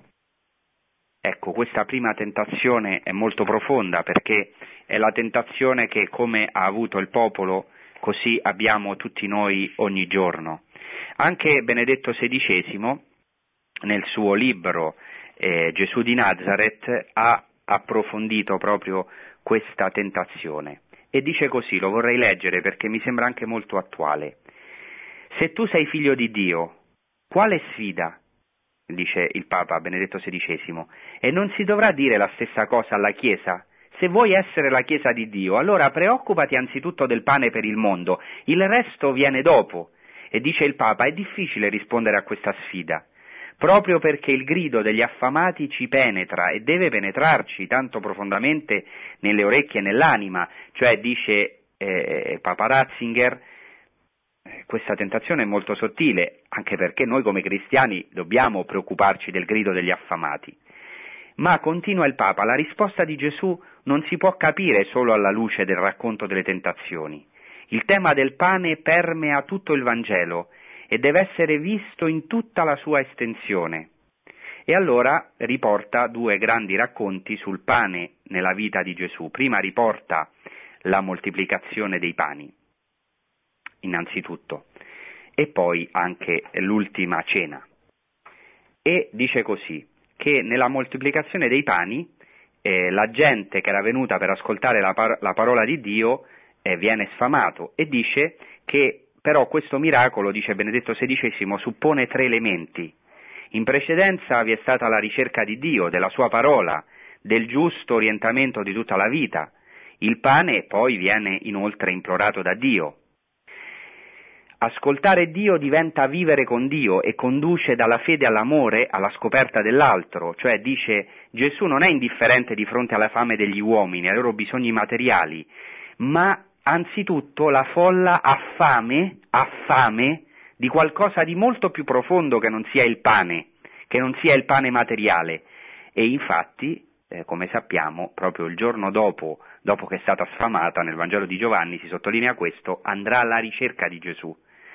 Ecco, questa prima tentazione è molto profonda, perché è la tentazione che, come ha avuto il popolo, così abbiamo tutti noi ogni giorno. Anche Benedetto XVI, nel suo libro Gesù di Nazareth, ha approfondito proprio questa tentazione e dice così, lo vorrei leggere perché mi sembra anche molto attuale: se tu sei figlio di Dio, quale sfida? Dice il Papa Benedetto XVI, e non si dovrà dire la stessa cosa alla Chiesa? Se vuoi essere la Chiesa di Dio, allora preoccupati anzitutto del pane per il mondo, il resto viene dopo. E dice il Papa, è difficile rispondere a questa sfida, proprio perché il grido degli affamati ci penetra e deve penetrarci tanto profondamente nelle orecchie e nell'anima, cioè dice Papa Ratzinger, questa tentazione è molto sottile, anche perché noi come cristiani dobbiamo preoccuparci del grido degli affamati. Ma, continua il Papa, la risposta di Gesù non si può capire solo alla luce del racconto delle tentazioni. Il tema del pane permea tutto il Vangelo e deve essere visto in tutta la sua estensione. E allora riporta due grandi racconti sul pane nella vita di Gesù. Prima riporta la moltiplicazione dei pani, innanzitutto, e poi anche l'ultima cena. E dice così, che nella moltiplicazione dei pani la gente che era venuta per ascoltare la parola di Dio viene sfamato, e dice che però questo miracolo, dice Benedetto XVI, suppone 3 elementi. In precedenza vi è stata la ricerca di Dio, della sua parola, del giusto orientamento di tutta la vita. Il pane poi viene inoltre implorato da Dio. Ascoltare Dio diventa vivere con Dio e conduce dalla fede all'amore, alla scoperta dell'altro, cioè dice Gesù non è indifferente di fronte alla fame degli uomini, ai loro bisogni materiali, ma anzitutto la folla ha fame di qualcosa di molto più profondo che non sia il pane materiale. E infatti, come sappiamo, proprio il giorno dopo che è stata sfamata, nel Vangelo di Giovanni si sottolinea questo, andrà alla ricerca di Gesù.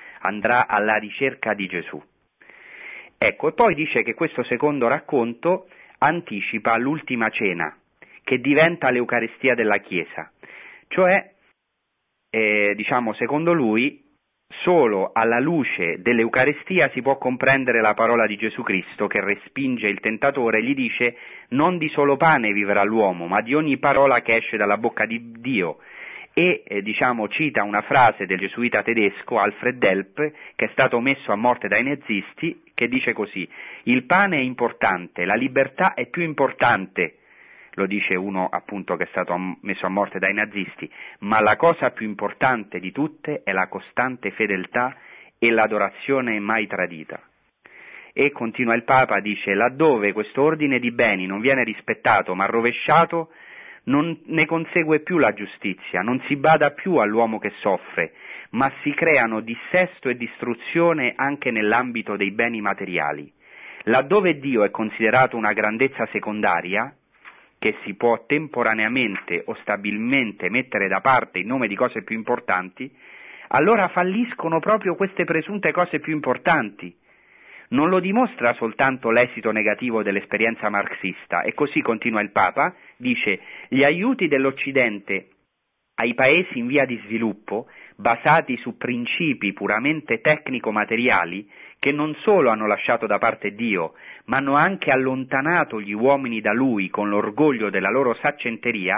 Ecco, e poi dice che questo secondo racconto anticipa l'ultima cena, che diventa l'Eucaristia della Chiesa. Cioè, secondo lui, solo alla luce dell'Eucaristia si può comprendere la parola di Gesù Cristo che respinge il tentatore e gli dice: non di solo pane vivrà l'uomo, ma di ogni parola che esce dalla bocca di Dio. E cita una frase del gesuita tedesco Alfred Delp, che è stato messo a morte dai nazisti, che dice così: il pane è importante, la libertà è più importante. Lo dice uno appunto che è stato messo a morte dai nazisti, ma la cosa più importante di tutte è la costante fedeltà e l'adorazione mai tradita. E continua il Papa, dice: laddove questo ordine di beni non viene rispettato ma rovesciato, non ne consegue più la giustizia, non si bada più all'uomo che soffre, ma si creano dissesto e distruzione anche nell'ambito dei beni materiali. Laddove Dio è considerato una grandezza secondaria, che si può temporaneamente o stabilmente mettere da parte in nome di cose più importanti, allora falliscono proprio queste presunte cose più importanti. Non lo dimostra soltanto l'esito negativo dell'esperienza marxista, e così continua il Papa, dice: gli aiuti dell'Occidente ai paesi in via di sviluppo, basati su principi puramente tecnico-materiali, che non solo hanno lasciato da parte Dio, ma hanno anche allontanato gli uomini da Lui con l'orgoglio della loro saccenteria,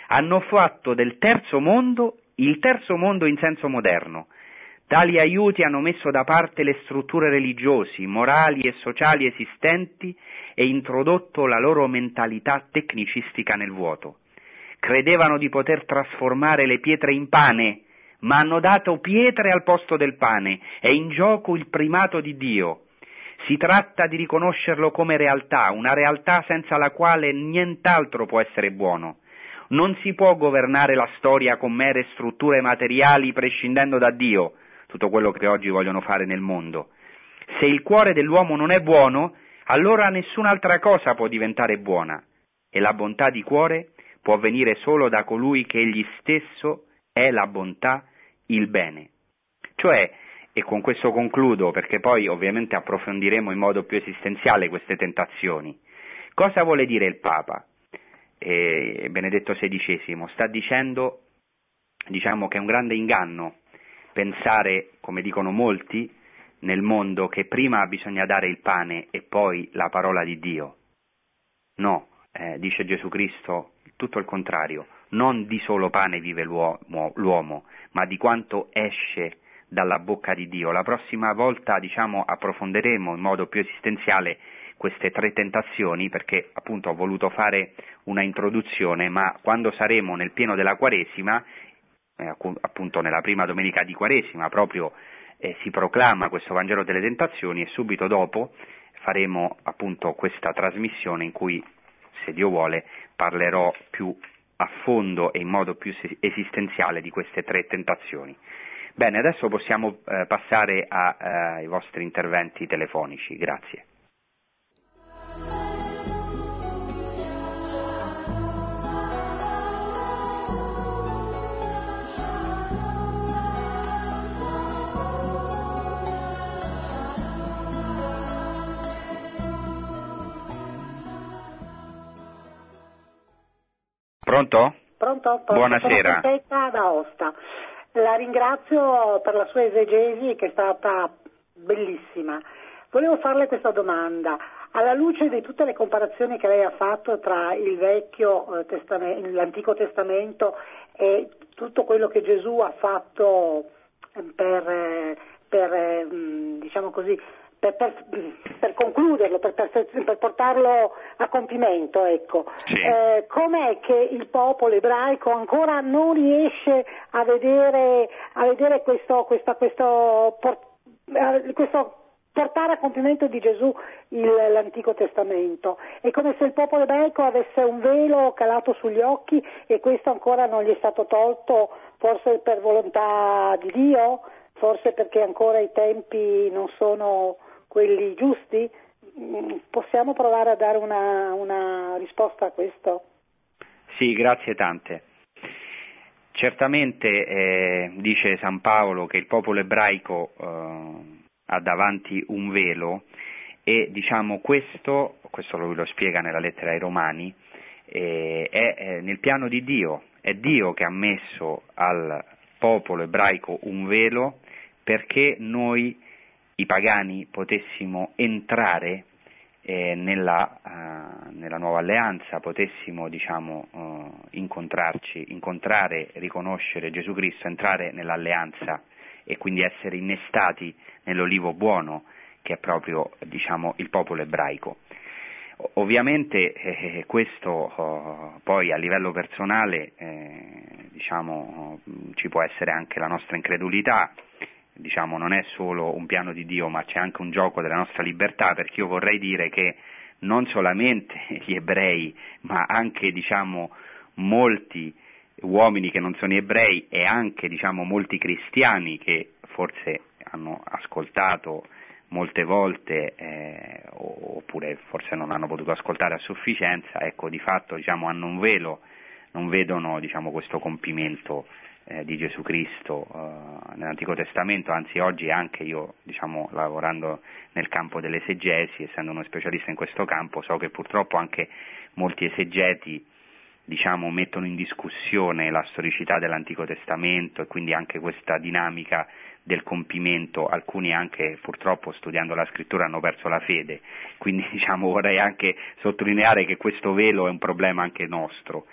hanno fatto del terzo mondo il terzo mondo in senso moderno. Tali aiuti hanno messo da parte le strutture religiosi, morali e sociali esistenti e introdotto la loro mentalità tecnicistica nel vuoto. Credevano di poter trasformare le pietre in pane, ma hanno dato pietre al posto del pane. È in gioco il primato di Dio. Si tratta di riconoscerlo come realtà, una realtà senza la quale nient'altro può essere buono. Non si può governare la storia con mere strutture materiali prescindendo da Dio, tutto quello che oggi vogliono fare nel mondo. Se il cuore dell'uomo non è buono, allora nessun'altra cosa può diventare buona, e la bontà di cuore può venire solo da colui che egli stesso è la bontà, il bene. Cioè, e con questo concludo, perché poi ovviamente approfondiremo in modo più esistenziale queste tentazioni, cosa vuole dire il Papa? Benedetto XVI sta dicendo, diciamo, che è un grande inganno pensare, come dicono molti nel mondo, che prima bisogna dare il pane e poi la parola di Dio. No, dice Gesù Cristo, tutto il contrario, non di solo pane vive l'uomo, ma di quanto esce dalla bocca di Dio. La prossima volta, diciamo, approfondiremo in modo più esistenziale queste 3 tentazioni, perché appunto ho voluto fare una introduzione, ma quando saremo nel pieno della Quaresima, appunto nella prima domenica di Quaresima, proprio si proclama questo Vangelo delle Tentazioni, e subito dopo faremo appunto questa trasmissione in cui, se Dio vuole, parlerò più a fondo e in modo più esistenziale di queste 3 tentazioni. Bene, adesso possiamo passare ai vostri interventi telefonici. Grazie. Pronto? Pronto? Buonasera. Sono Francesca da Aosta. La ringrazio per la sua esegesi che è stata bellissima. Volevo farle questa domanda. Alla luce di tutte le comparazioni che lei ha fatto tra il l'Antico Testamento e tutto quello che Gesù ha fatto per diciamo così, per concluderlo, per portarlo a compimento, ecco. Sì. Com'è che il popolo ebraico ancora non riesce a vedere questo portare a compimento di Gesù l'Antico Testamento? È come se il popolo ebraico avesse un velo calato sugli occhi e questo ancora non gli è stato tolto, forse per volontà di Dio, forse perché ancora i tempi non sono quelli giusti. Possiamo provare a dare una risposta a questo? Sì, grazie tante. Certamente dice San Paolo che il popolo ebraico ha davanti un velo, e diciamo questo lui lo spiega nella lettera ai Romani, è nel piano di Dio. È Dio che ha messo al popolo ebraico un velo perché noi, i pagani, potessimo entrare nella nuova alleanza, potessimo, diciamo, incontrare, riconoscere Gesù Cristo, entrare nell'alleanza e quindi essere innestati nell'olivo buono, che è proprio, diciamo, il popolo ebraico. Ovviamente questo poi a livello personale diciamo, ci può essere anche la nostra incredulità, diciamo, non è solo un piano di Dio, ma c'è anche un gioco della nostra libertà, perché io vorrei dire che non solamente gli ebrei, ma anche, diciamo, molti uomini che non sono ebrei e anche, diciamo, molti cristiani che forse hanno ascoltato molte volte oppure forse non hanno potuto ascoltare a sufficienza, ecco, di fatto, diciamo, hanno un velo, non vedono, diciamo, questo compimento di Gesù Cristo nell'Antico Testamento. Anzi, oggi anche io, diciamo, lavorando nel campo dell'esegesi, essendo uno specialista in questo campo, so che purtroppo anche molti esegeti, diciamo, mettono in discussione la storicità dell'Antico Testamento e quindi anche questa dinamica del compimento. Alcuni anche, purtroppo, studiando la scrittura hanno perso la fede, quindi, diciamo, vorrei anche sottolineare che questo velo è un problema anche nostro.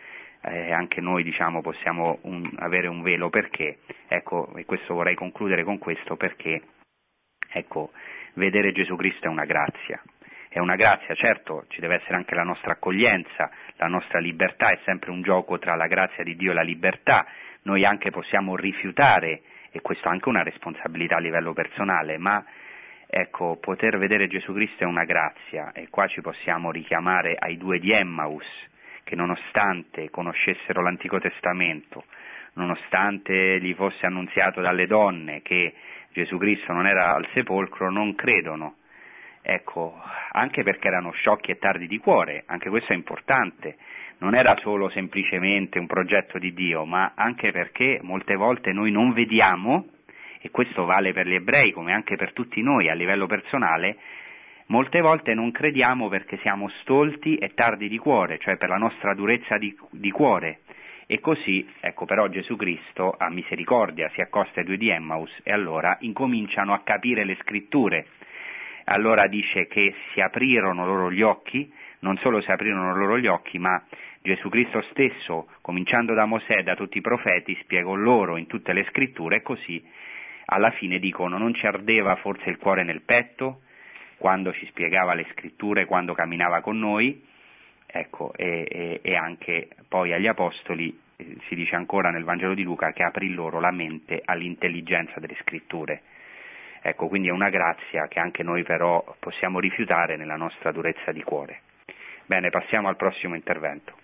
anche noi diciamo possiamo avere un velo. Perché? Ecco, e questo vorrei concludere con questo, perché ecco, vedere Gesù Cristo è una grazia. È una grazia, certo, ci deve essere anche la nostra accoglienza, la nostra libertà, è sempre un gioco tra la grazia di Dio e la libertà. Noi anche possiamo rifiutare, e questo è anche una responsabilità a livello personale, ma ecco, poter vedere Gesù Cristo è una grazia, e qua ci possiamo richiamare ai due di Emmaus, che nonostante conoscessero l'Antico Testamento, nonostante gli fosse annunziato dalle donne che Gesù Cristo non era al sepolcro, non credono. Ecco, anche perché erano sciocchi e tardi di cuore, anche questo è importante, non era solo semplicemente un progetto di Dio, ma anche perché molte volte noi non vediamo, e questo vale per gli ebrei come anche per tutti noi a livello personale, molte volte non crediamo perché siamo stolti e tardi di cuore, cioè per la nostra durezza di cuore. E così, ecco, però Gesù Cristo ha misericordia, si accosta ai due di Emmaus e allora incominciano a capire le scritture. Allora dice che si aprirono loro gli occhi, non solo si aprirono loro gli occhi, ma Gesù Cristo stesso, cominciando da Mosè e da tutti i profeti, spiegò loro in tutte le scritture, e così alla fine dicono: non ci ardeva forse il cuore nel petto quando ci spiegava le scritture, quando camminava con noi? Ecco, e anche poi agli apostoli si dice ancora nel Vangelo di Luca che aprì loro la mente all'intelligenza delle scritture. Ecco, quindi è una grazia che anche noi però possiamo rifiutare nella nostra durezza di cuore. Bene, passiamo al prossimo intervento.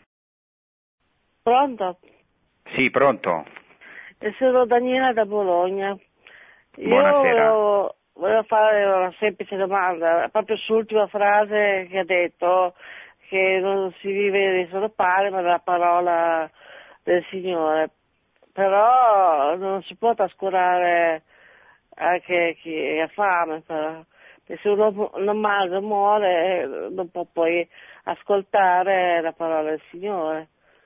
Pronto? Sì, pronto? Sono Daniela da Bologna. Buonasera. Io volevo fare una semplice domanda, proprio sull'ultima frase che ha detto, che non si vive di solo pane ma della parola del Signore. Però non si può trascurare anche chi ha fame, però. E se uno non mangia muore, non può poi ascoltare la parola del Signore.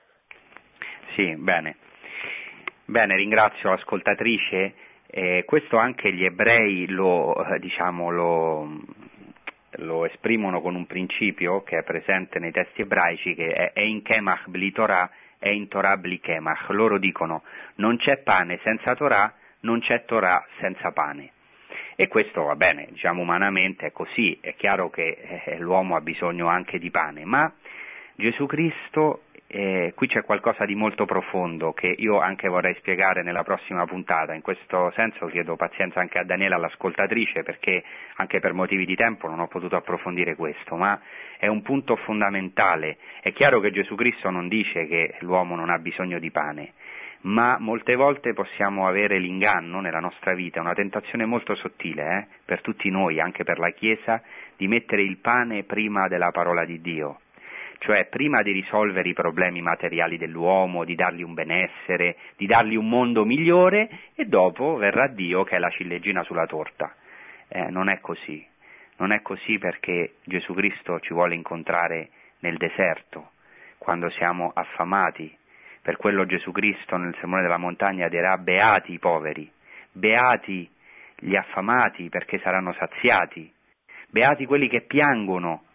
Sì, bene. Bene, ringrazio l'ascoltatrice. Questo anche gli ebrei lo esprimono con un principio che è presente nei testi ebraici, che è in Kemach bli Torah, è in Torah bli Kemach. Loro dicono: non c'è pane senza Torah, non c'è Torah senza pane. E questo va bene, diciamo umanamente è così, è chiaro che l'uomo ha bisogno anche di pane, ma Gesù Cristo, qui c'è qualcosa di molto profondo che io anche vorrei spiegare nella prossima puntata. In questo senso chiedo pazienza anche a Daniela, l'ascoltatrice, perché anche per motivi di tempo non ho potuto approfondire questo, ma è un punto fondamentale. È chiaro che Gesù Cristo non dice che l'uomo non ha bisogno di pane, ma molte volte possiamo avere l'inganno nella nostra vita, una tentazione molto sottile per tutti noi, anche per la Chiesa, di mettere il pane prima della parola di Dio, cioè prima di risolvere i problemi materiali dell'uomo, di dargli un benessere, di dargli un mondo migliore, e dopo verrà Dio che è la ciliegina sulla torta. Non è così, non è così, perché Gesù Cristo ci vuole incontrare nel deserto, quando siamo affamati. Per quello Gesù Cristo nel Sermone della Montagna dirà: beati i poveri, beati gli affamati perché saranno saziati, beati quelli che piangono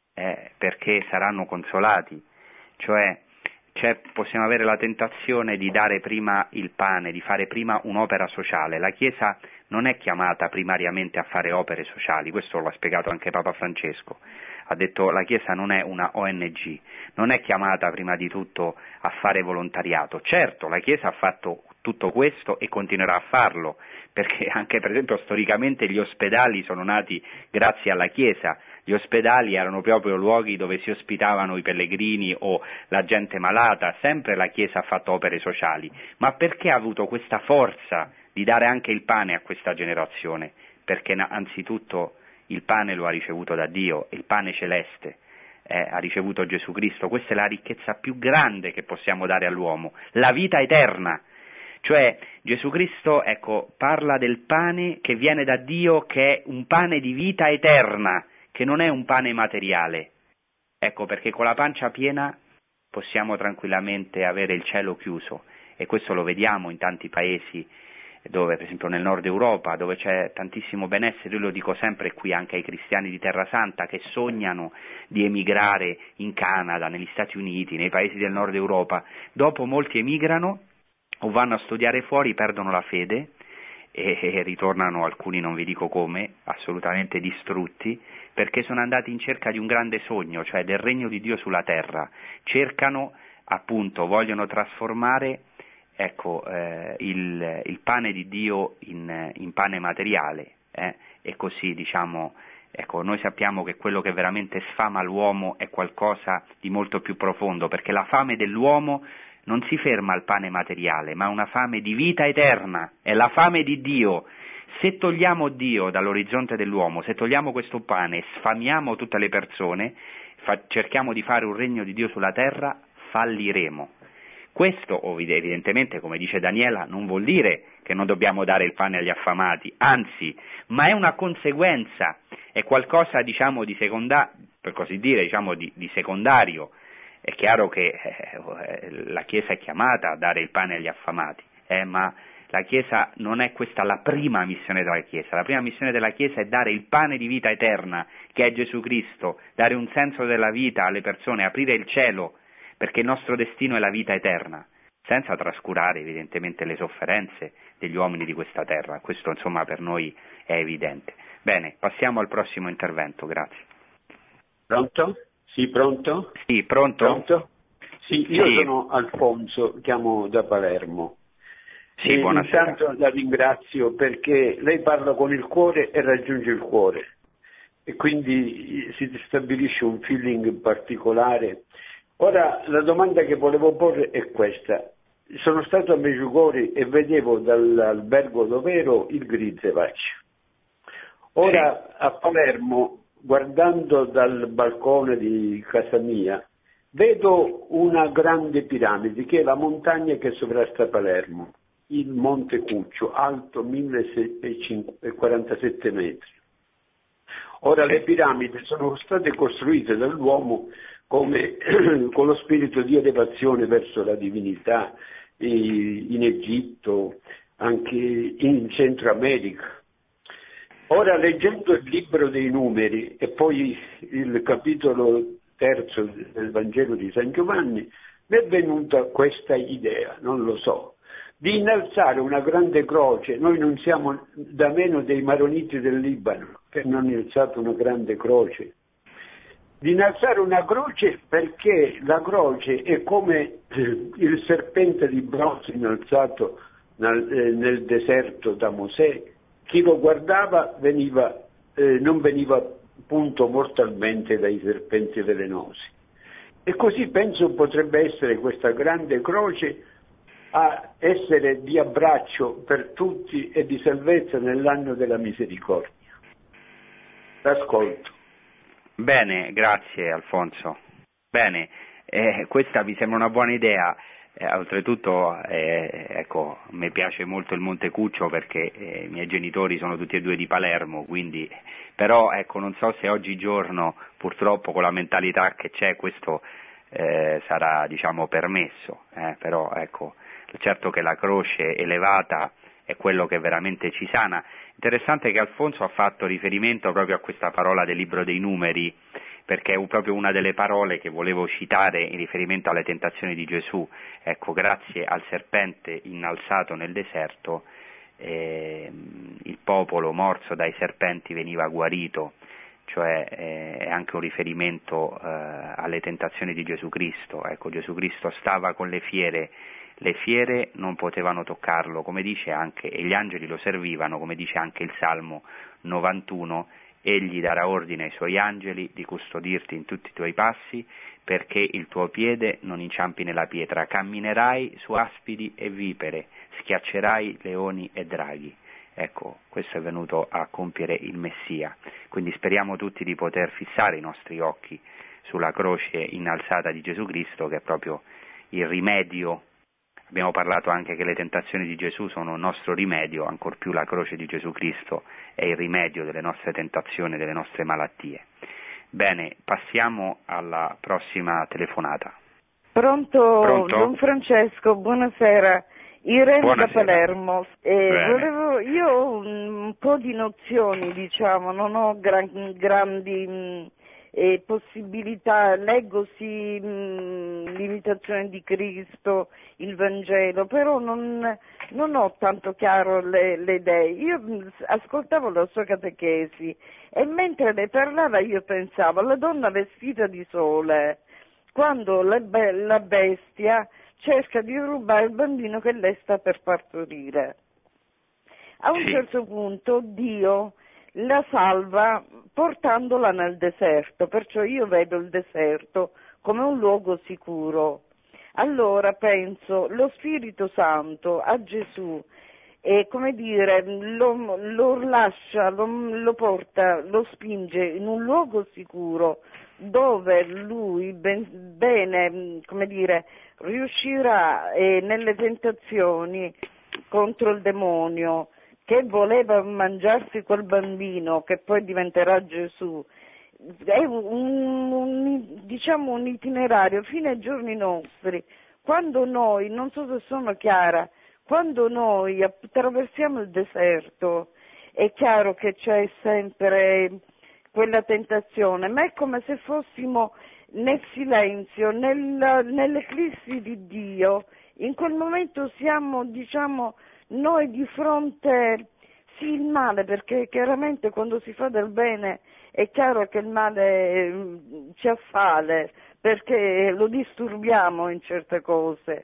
perché saranno consolati. Cioè possiamo avere la tentazione di dare prima il pane, di fare prima un'opera sociale. La Chiesa non è chiamata primariamente a fare opere sociali, questo l'ha spiegato anche Papa Francesco. Ha detto: la Chiesa non è una ONG, non è chiamata prima di tutto a fare volontariato. Certo, la Chiesa ha fatto tutto questo e continuerà a farlo, perché anche per esempio storicamente gli ospedali sono nati grazie alla Chiesa. Gli ospedali erano proprio luoghi dove si ospitavano i pellegrini o la gente malata, sempre la Chiesa ha fatto opere sociali. Ma perché ha avuto questa forza di dare anche il pane a questa generazione? Perché anzitutto il pane lo ha ricevuto da Dio, il pane celeste, ha ricevuto Gesù Cristo. Questa è la ricchezza più grande che possiamo dare all'uomo, la vita eterna. Cioè Gesù Cristo, parla del pane che viene da Dio, che è un pane di vita eterna, che non è un pane materiale. Perché con la pancia piena possiamo tranquillamente avere il cielo chiuso, e questo lo vediamo in tanti paesi dove per esempio nel nord Europa, dove c'è tantissimo benessere, io lo dico sempre qui anche ai cristiani di Terra Santa che sognano di emigrare in Canada, negli Stati Uniti, nei paesi del nord Europa, dopo molti emigrano o vanno a studiare fuori, perdono la fede e ritornano, alcuni non vi dico come, assolutamente distrutti, perché sono andati in cerca di un grande sogno, cioè del regno di Dio sulla terra, cercano appunto, vogliono trasformare il pane di Dio in pane materiale, e così diciamo, noi sappiamo che quello che veramente sfama l'uomo è qualcosa di molto più profondo, perché la fame dell'uomo non si ferma al pane materiale, ma una fame di vita eterna, è la fame di Dio. Se togliamo Dio dall'orizzonte dell'uomo, se togliamo questo pane, sfamiamo tutte le persone, cerchiamo di fare un regno di Dio sulla terra, falliremo. Questo evidentemente, come dice Daniela, non vuol dire che non dobbiamo dare il pane agli affamati, anzi, ma è una conseguenza, è qualcosa diciamo di per così dire, diciamo di secondario. È chiaro che la Chiesa è chiamata a dare il pane agli affamati, ma la Chiesa non è questa la prima missione della Chiesa. La prima missione della Chiesa è dare il pane di vita eterna, che è Gesù Cristo, dare un senso della vita alle persone, aprire il cielo, perché il nostro destino è la vita eterna, senza trascurare evidentemente le sofferenze degli uomini di questa terra. Questo insomma per noi è evidente. Bene, passiamo al prossimo intervento, grazie. Pronto? Sì, pronto? Sì, pronto? Pronto? Sì, io sì. Sono Alfonso, chiamo da Palermo. Sì, buonasera. Intanto la ringrazio perché lei parla con il cuore e raggiunge il cuore e quindi si stabilisce un feeling particolare. Ora la domanda che volevo porre è questa. Sono stato a Medjugorje e vedevo dall'albergo dove ero il Grizevac. Ora a Palermo, guardando dal balcone di casa mia, vedo una grande piramide che è la montagna che sovrasta Palermo, il Monte Cuccio, alto 1047 metri. Ora le piramidi sono state costruite dall'uomo come con lo spirito di elevazione verso la divinità in Egitto, anche in Centro America. Ora leggendo il libro dei numeri e poi il capitolo 3 del Vangelo di San Giovanni, mi è venuta questa idea, non lo so, di innalzare una grande croce. Noi non siamo da meno dei maroniti del Libano che non hanno innalzato una grande croce. Di innalzare una croce perché la croce è come il serpente di bronzo innalzato nel deserto da Mosè. Chi lo guardava non veniva punto mortalmente dai serpenti velenosi. E così penso potrebbe essere questa grande croce a essere di abbraccio per tutti e di salvezza nell'anno della misericordia. L'ascolto. Bene, grazie Alfonso. Bene, questa mi sembra una buona idea. Oltretutto, mi piace molto il Monte Cuccio perché i miei genitori sono tutti e due di Palermo, quindi, però non so se oggigiorno purtroppo con la mentalità che c'è questo sarà permesso, però certo che la croce elevata è quello che veramente ci sana. Interessante che Alfonso ha fatto riferimento proprio a questa parola del libro dei numeri, perché è proprio una delle parole che volevo citare in riferimento alle tentazioni di Gesù. Grazie al serpente innalzato nel deserto, il popolo morso dai serpenti veniva guarito, cioè è anche un riferimento alle tentazioni di Gesù Cristo. Gesù Cristo stava con le fiere non potevano toccarlo, come dice anche, e gli angeli lo servivano, come dice anche il Salmo 91, egli darà ordine ai suoi angeli di custodirti in tutti i tuoi passi, perché il tuo piede non inciampi nella pietra, camminerai su aspidi e vipere, schiaccerai leoni e draghi. Questo è venuto a compiere il Messia, quindi speriamo tutti di poter fissare i nostri occhi sulla croce innalzata di Gesù Cristo, che è proprio il rimedio. Abbiamo parlato anche che le tentazioni di Gesù sono il nostro rimedio, ancor più la croce di Gesù Cristo è il rimedio delle nostre tentazioni, delle nostre malattie. Bene, passiamo alla prossima telefonata. Pronto? Don Francesco, buonasera. Irene da Buonasera. Palermo. Io ho un po' di nozioni, diciamo, non ho grandi possibilità, leggo sì l'imitazione di Cristo, il Vangelo, però non ho tanto chiaro le idee. Io ascoltavo la sua catechesi e mentre lei parlava io pensavo alla donna vestita di sole, quando la bestia cerca di rubare il bambino che lei sta per partorire. A un certo punto Dio la salva portandola nel deserto, perciò io vedo il deserto come un luogo sicuro. Allora penso, lo Spirito Santo a Gesù, come dire, lo lascia, lo porta, lo spinge in un luogo sicuro dove lui bene, come dire, riuscirà nelle tentazioni contro il demonio che voleva mangiarsi quel bambino che poi diventerà Gesù. È diciamo un itinerario fino ai giorni nostri, quando noi, non so se sono chiara, quando noi attraversiamo il deserto è chiaro che c'è sempre quella tentazione, ma è come se fossimo nel silenzio, nell'eclissi di Dio. In quel momento siamo, diciamo, noi di fronte, sì, il male, perché chiaramente quando si fa del bene è chiaro che il male ci assale, perché lo disturbiamo in certe cose.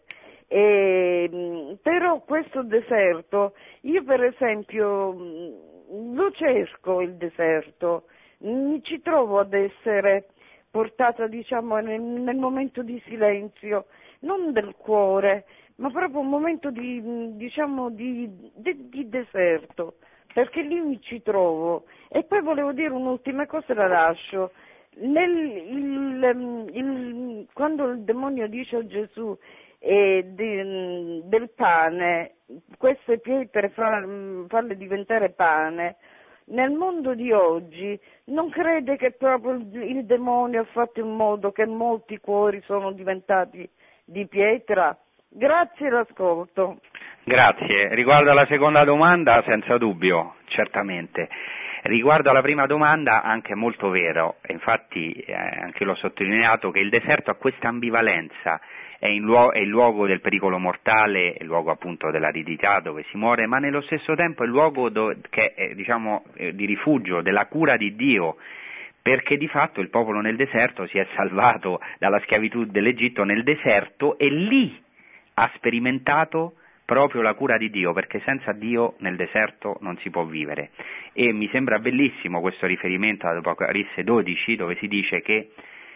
Però questo deserto, io per esempio lo cerco il deserto, mi ci trovo ad essere portata, diciamo, nel momento di silenzio, non del cuore, ma proprio un momento di, diciamo, di deserto, perché lì mi ci trovo. E poi volevo dire un'ultima cosa e la lascio. Quando il demonio dice a Gesù del pane, queste pietre farle diventare pane, nel mondo di oggi non crede che proprio il demonio ha fatto in modo che molti cuori sono diventati di pietra? Grazie, l'ascolto. Grazie. Riguardo alla seconda domanda, senza dubbio, certamente. Riguardo alla prima domanda, anche molto vero, e infatti anche l'ho sottolineato, che il deserto ha questa ambivalenza, è il luogo del pericolo mortale, è il luogo appunto dell'aridità dove si muore, ma nello stesso tempo è il luogo che è, diciamo, di rifugio, della cura di Dio, perché di fatto il popolo nel deserto si è salvato dalla schiavitù dell'Egitto nel deserto e lì ha sperimentato proprio la cura di Dio, perché senza Dio nel deserto non si può vivere. E mi sembra bellissimo questo riferimento ad Apocalisse 12, dove si dice che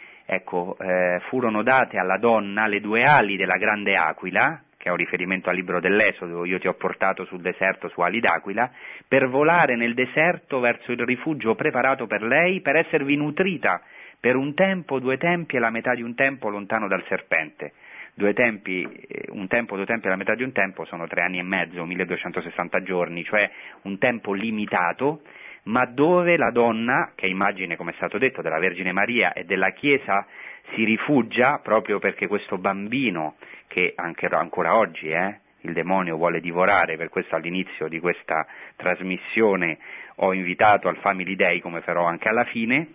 furono date alla donna le due ali della grande aquila, che è un riferimento al libro dell'Esodo, io ti ho portato sul deserto su ali d'aquila, per volare nel deserto verso il rifugio preparato per lei, per esservi nutrita per un tempo, 2 tempi e la metà di un tempo lontano dal serpente. 2 tempi, un tempo, 2 tempi e la metà di un tempo sono 3 anni e mezzo, 1260 giorni, cioè un tempo limitato, ma dove la donna, che è immagine, come è stato detto, della Vergine Maria e della Chiesa, si rifugia proprio perché questo bambino, che ancora oggi il demonio vuole divorare, per questo all'inizio di questa trasmissione ho invitato al Family Day, come farò anche alla fine,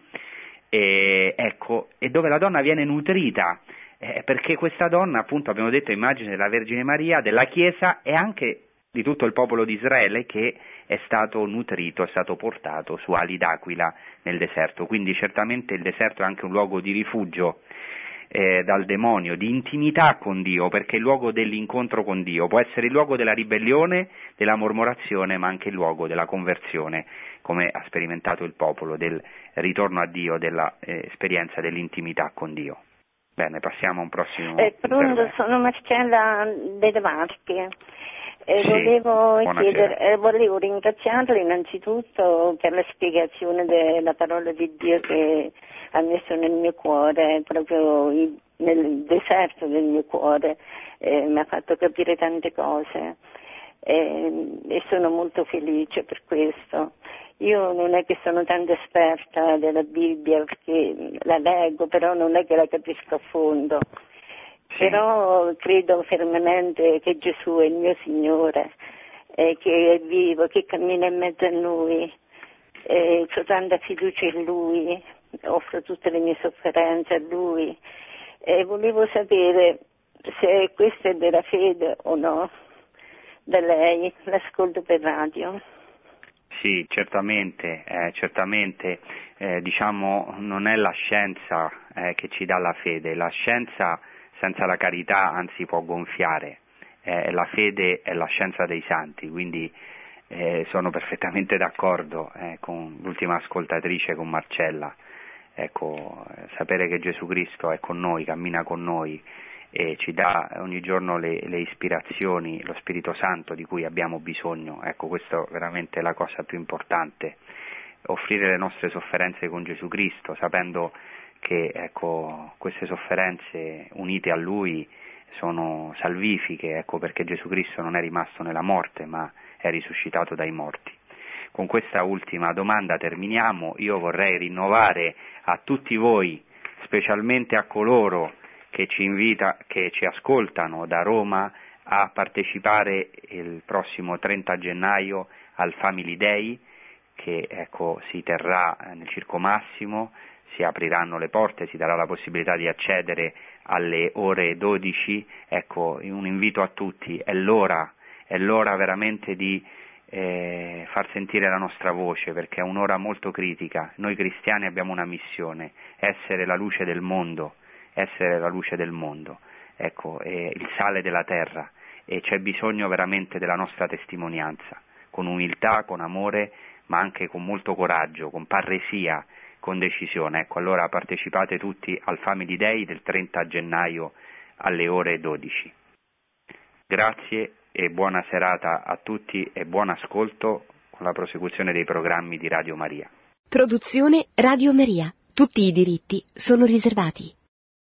e dove la donna viene nutrita, perché questa donna, appunto, abbiamo detto, è immagine della Vergine Maria, della Chiesa e anche di tutto il popolo di Israele, che è stato nutrito, è stato portato su ali d'aquila nel deserto. Quindi certamente il deserto è anche un luogo di rifugio dal demonio, di intimità con Dio, perché è il luogo dell'incontro con Dio, può essere il luogo della ribellione, della mormorazione, ma anche il luogo della conversione, come ha sperimentato il popolo, del ritorno a Dio, dell'esperienza dell'intimità con Dio. Bene, passiamo a un prossimo. Pronto, sono Marcella delle Marche. Sì, Volevo ringraziarla innanzitutto per la spiegazione della parola di Dio che ha messo nel mio cuore, proprio nel deserto del mio cuore, mi ha fatto capire tante cose e sono molto felice per questo. Io non è che sono tanto esperta della Bibbia perché la leggo, però non è che la capisco a fondo. però credo fermamente che Gesù è il mio Signore, che è vivo, che cammina in mezzo a noi, ho tanta fiducia in Lui, offro tutte le mie sofferenze a Lui, e volevo sapere se questa è vera fede o no, da lei, l'ascolto per radio. Sì, certamente, diciamo non è la scienza che ci dà la fede, la scienza senza la carità anzi può gonfiare, la fede è la scienza dei santi, quindi sono perfettamente d'accordo con l'ultima ascoltatrice, con Marcella. Ecco, sapere che Gesù Cristo è con noi, cammina con noi e ci dà ogni giorno le ispirazioni, lo Spirito Santo di cui abbiamo bisogno, ecco, questo è veramente la cosa più importante, offrire le nostre sofferenze con Gesù Cristo, sapendo che ecco, queste sofferenze unite a Lui sono salvifiche, ecco, perché Gesù Cristo non è rimasto nella morte ma è risuscitato dai morti. Con questa ultima domanda terminiamo. Io vorrei rinnovare a tutti voi, specialmente a coloro che ci ascoltano da Roma, a partecipare il prossimo 30 gennaio al Family Day, che ecco, si terrà nel Circo Massimo, si apriranno le porte, si darà la possibilità di accedere alle ore 12, ecco, un invito a tutti, è l'ora veramente di far sentire la nostra voce, perché è un'ora molto critica. Noi cristiani abbiamo una missione, essere la luce del mondo, ecco, il sale della terra, e c'è bisogno veramente della nostra testimonianza, con umiltà, con amore, ma anche con molto coraggio, con parresia, con decisione. Ecco, allora partecipate tutti al Family Day del 30 gennaio alle ore 12. Grazie e buona serata a tutti e buon ascolto con la prosecuzione dei programmi di Radio Maria. Produzione Radio Maria. Tutti i diritti sono riservati.